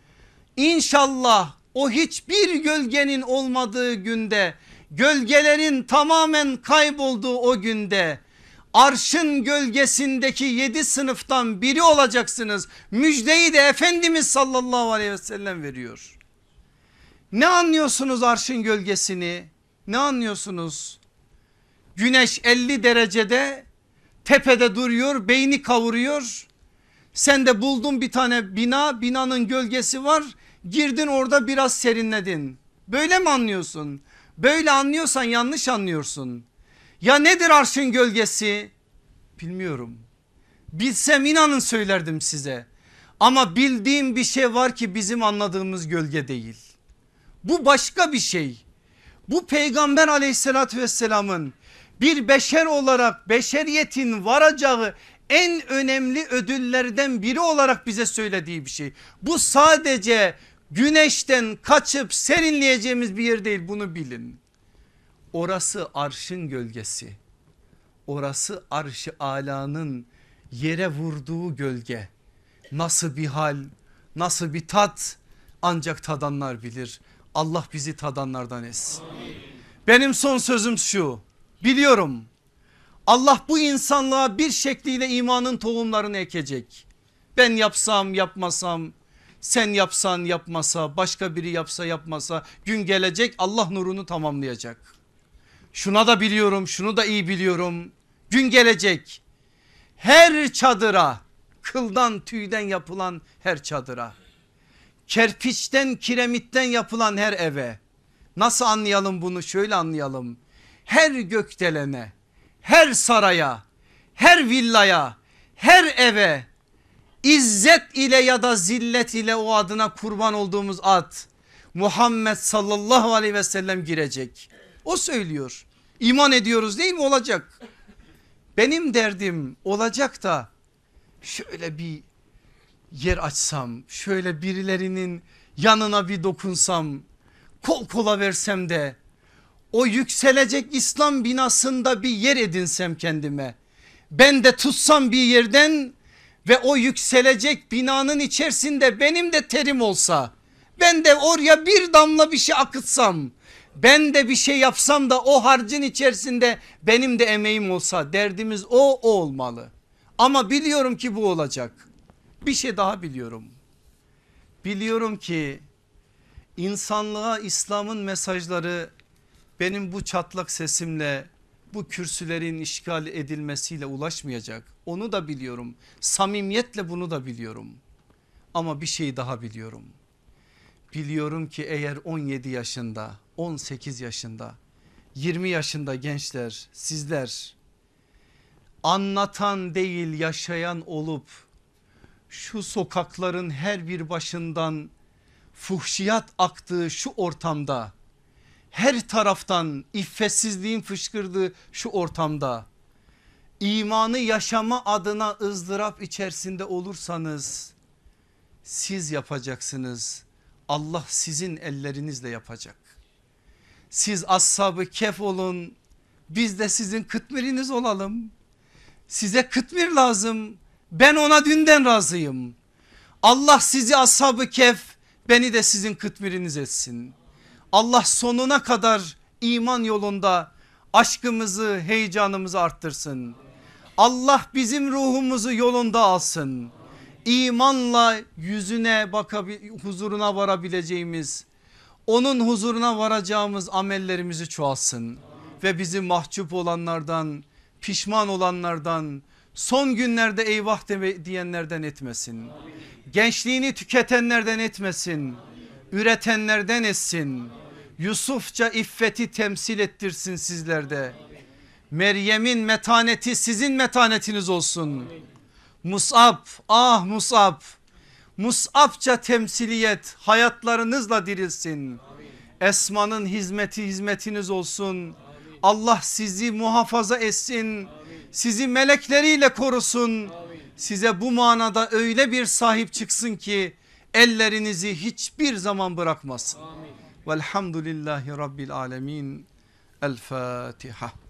İnşallah o hiçbir gölgenin olmadığı günde, gölgelerin tamamen kaybolduğu o günde arşın gölgesindeki yedi sınıftan biri olacaksınız. Müjdeyi de Efendimiz sallallahu aleyhi ve sellem veriyor. Ne anlıyorsunuz arşın gölgesini? Ne anlıyorsunuz? Güneş elli derecede tepede duruyor, beyni kavuruyor. Sen de buldun bir tane bina, binanın gölgesi var. Girdin orada biraz serinledin. Böyle mi anlıyorsun? Böyle anlıyorsan yanlış anlıyorsun. Ya nedir arşın gölgesi? Bilmiyorum. Bilsem inanın söylerdim size. Ama bildiğim bir şey var ki bizim anladığımız gölge değil. Bu başka bir şey. Bu peygamber aleyhissalatü vesselamın bir beşer olarak beşeriyetin varacağı en önemli ödüllerden biri olarak bize söylediği bir şey. Bu sadece güneşten kaçıp serinleyeceğimiz bir yer değil, bunu bilin. Orası arşın gölgesi. Orası arş-ı alanın yere vurduğu gölge. Nasıl bir hal, nasıl bir tat ancak tadanlar bilir. Allah bizi tadanlardan etsin. Benim son sözüm şu: biliyorum Allah bu insanlığa bir şekliyle imanın tohumlarını ekecek. Ben yapsam yapmasam, sen yapsan yapmasa, başka biri yapsa yapmasa, gün gelecek Allah nurunu tamamlayacak. Şuna da biliyorum, şunu da iyi biliyorum. Gün gelecek her çadıra, kıldan tüyden yapılan her çadıra, kerpiçten kiremitten yapılan her eve, nasıl anlayalım bunu? Şöyle anlayalım: her gökdelene, her saraya, her villaya, her eve İzzet ile ya da zillet ile, o adına kurban olduğumuz ad Muhammed sallallahu aleyhi ve sellem girecek. O söylüyor. İman ediyoruz değil mi? Olacak. Benim derdim olacak da şöyle bir yer açsam, şöyle birilerinin yanına bir dokunsam, kol kola versem de o yükselecek İslam binasında bir yer edinsem kendime. Ben de tutsam bir yerden ve o yükselecek binanın içerisinde benim de terim olsa, ben de oraya bir damla bir şey akıtsam, ben de bir şey yapsam da o harcın içerisinde benim de emeğim olsa, derdimiz o, o olmalı. Ama biliyorum ki bu olacak. Bir şey daha biliyorum. Biliyorum ki insanlığa İslam'ın mesajları benim bu çatlak sesimle, bu kürsülerin işgal edilmesiyle ulaşmayacak. Onu da biliyorum. Samimiyetle bunu da biliyorum. Ama bir şey daha biliyorum. Biliyorum ki eğer on yedi yaşında, on sekiz yaşında, yirmi yaşında gençler, sizler anlatan değil yaşayan olup şu sokakların her bir başından fuhşiyat aktığı şu ortamda, her taraftan iffetsizliğin fışkırdığı şu ortamda imanı yaşama adına ızdırap içerisinde olursanız siz yapacaksınız. Allah sizin ellerinizle yapacak. Siz ashab-ı kehf olun, biz de sizin kıtmiriniz olalım. Size kıtmir lazım, ben ona dünden razıyım. Allah sizi ashab-ı kehf, beni de sizin kıtmiriniz etsin. Allah sonuna kadar iman yolunda aşkımızı, heyecanımızı arttırsın. Allah bizim ruhumuzu yolunda alsın. İmanla yüzüne bakabil, huzuruna varabileceğimiz, onun huzuruna varacağımız amellerimizi çoğalsın. Ve bizi mahcup olanlardan, pişman olanlardan, son günlerde eyvah diyenlerden etmesin. Gençliğini tüketenlerden etmesin. Üretenlerden etsin. Yusufça iffeti temsil ettirsin sizlerde. Meryem'in metaneti sizin metanetiniz olsun. Mus'ab, ah Mus'ab, Mus'abça temsiliyet hayatlarınızla dirilsin. Esma'nın hizmeti hizmetiniz olsun. Allah sizi muhafaza etsin. Sizi melekleriyle korusun. Size bu manada öyle bir sahip çıksın ki ellerinizi hiçbir zaman bırakmasın. Velhamdülillahi Rabbil alemin. El Fatiha.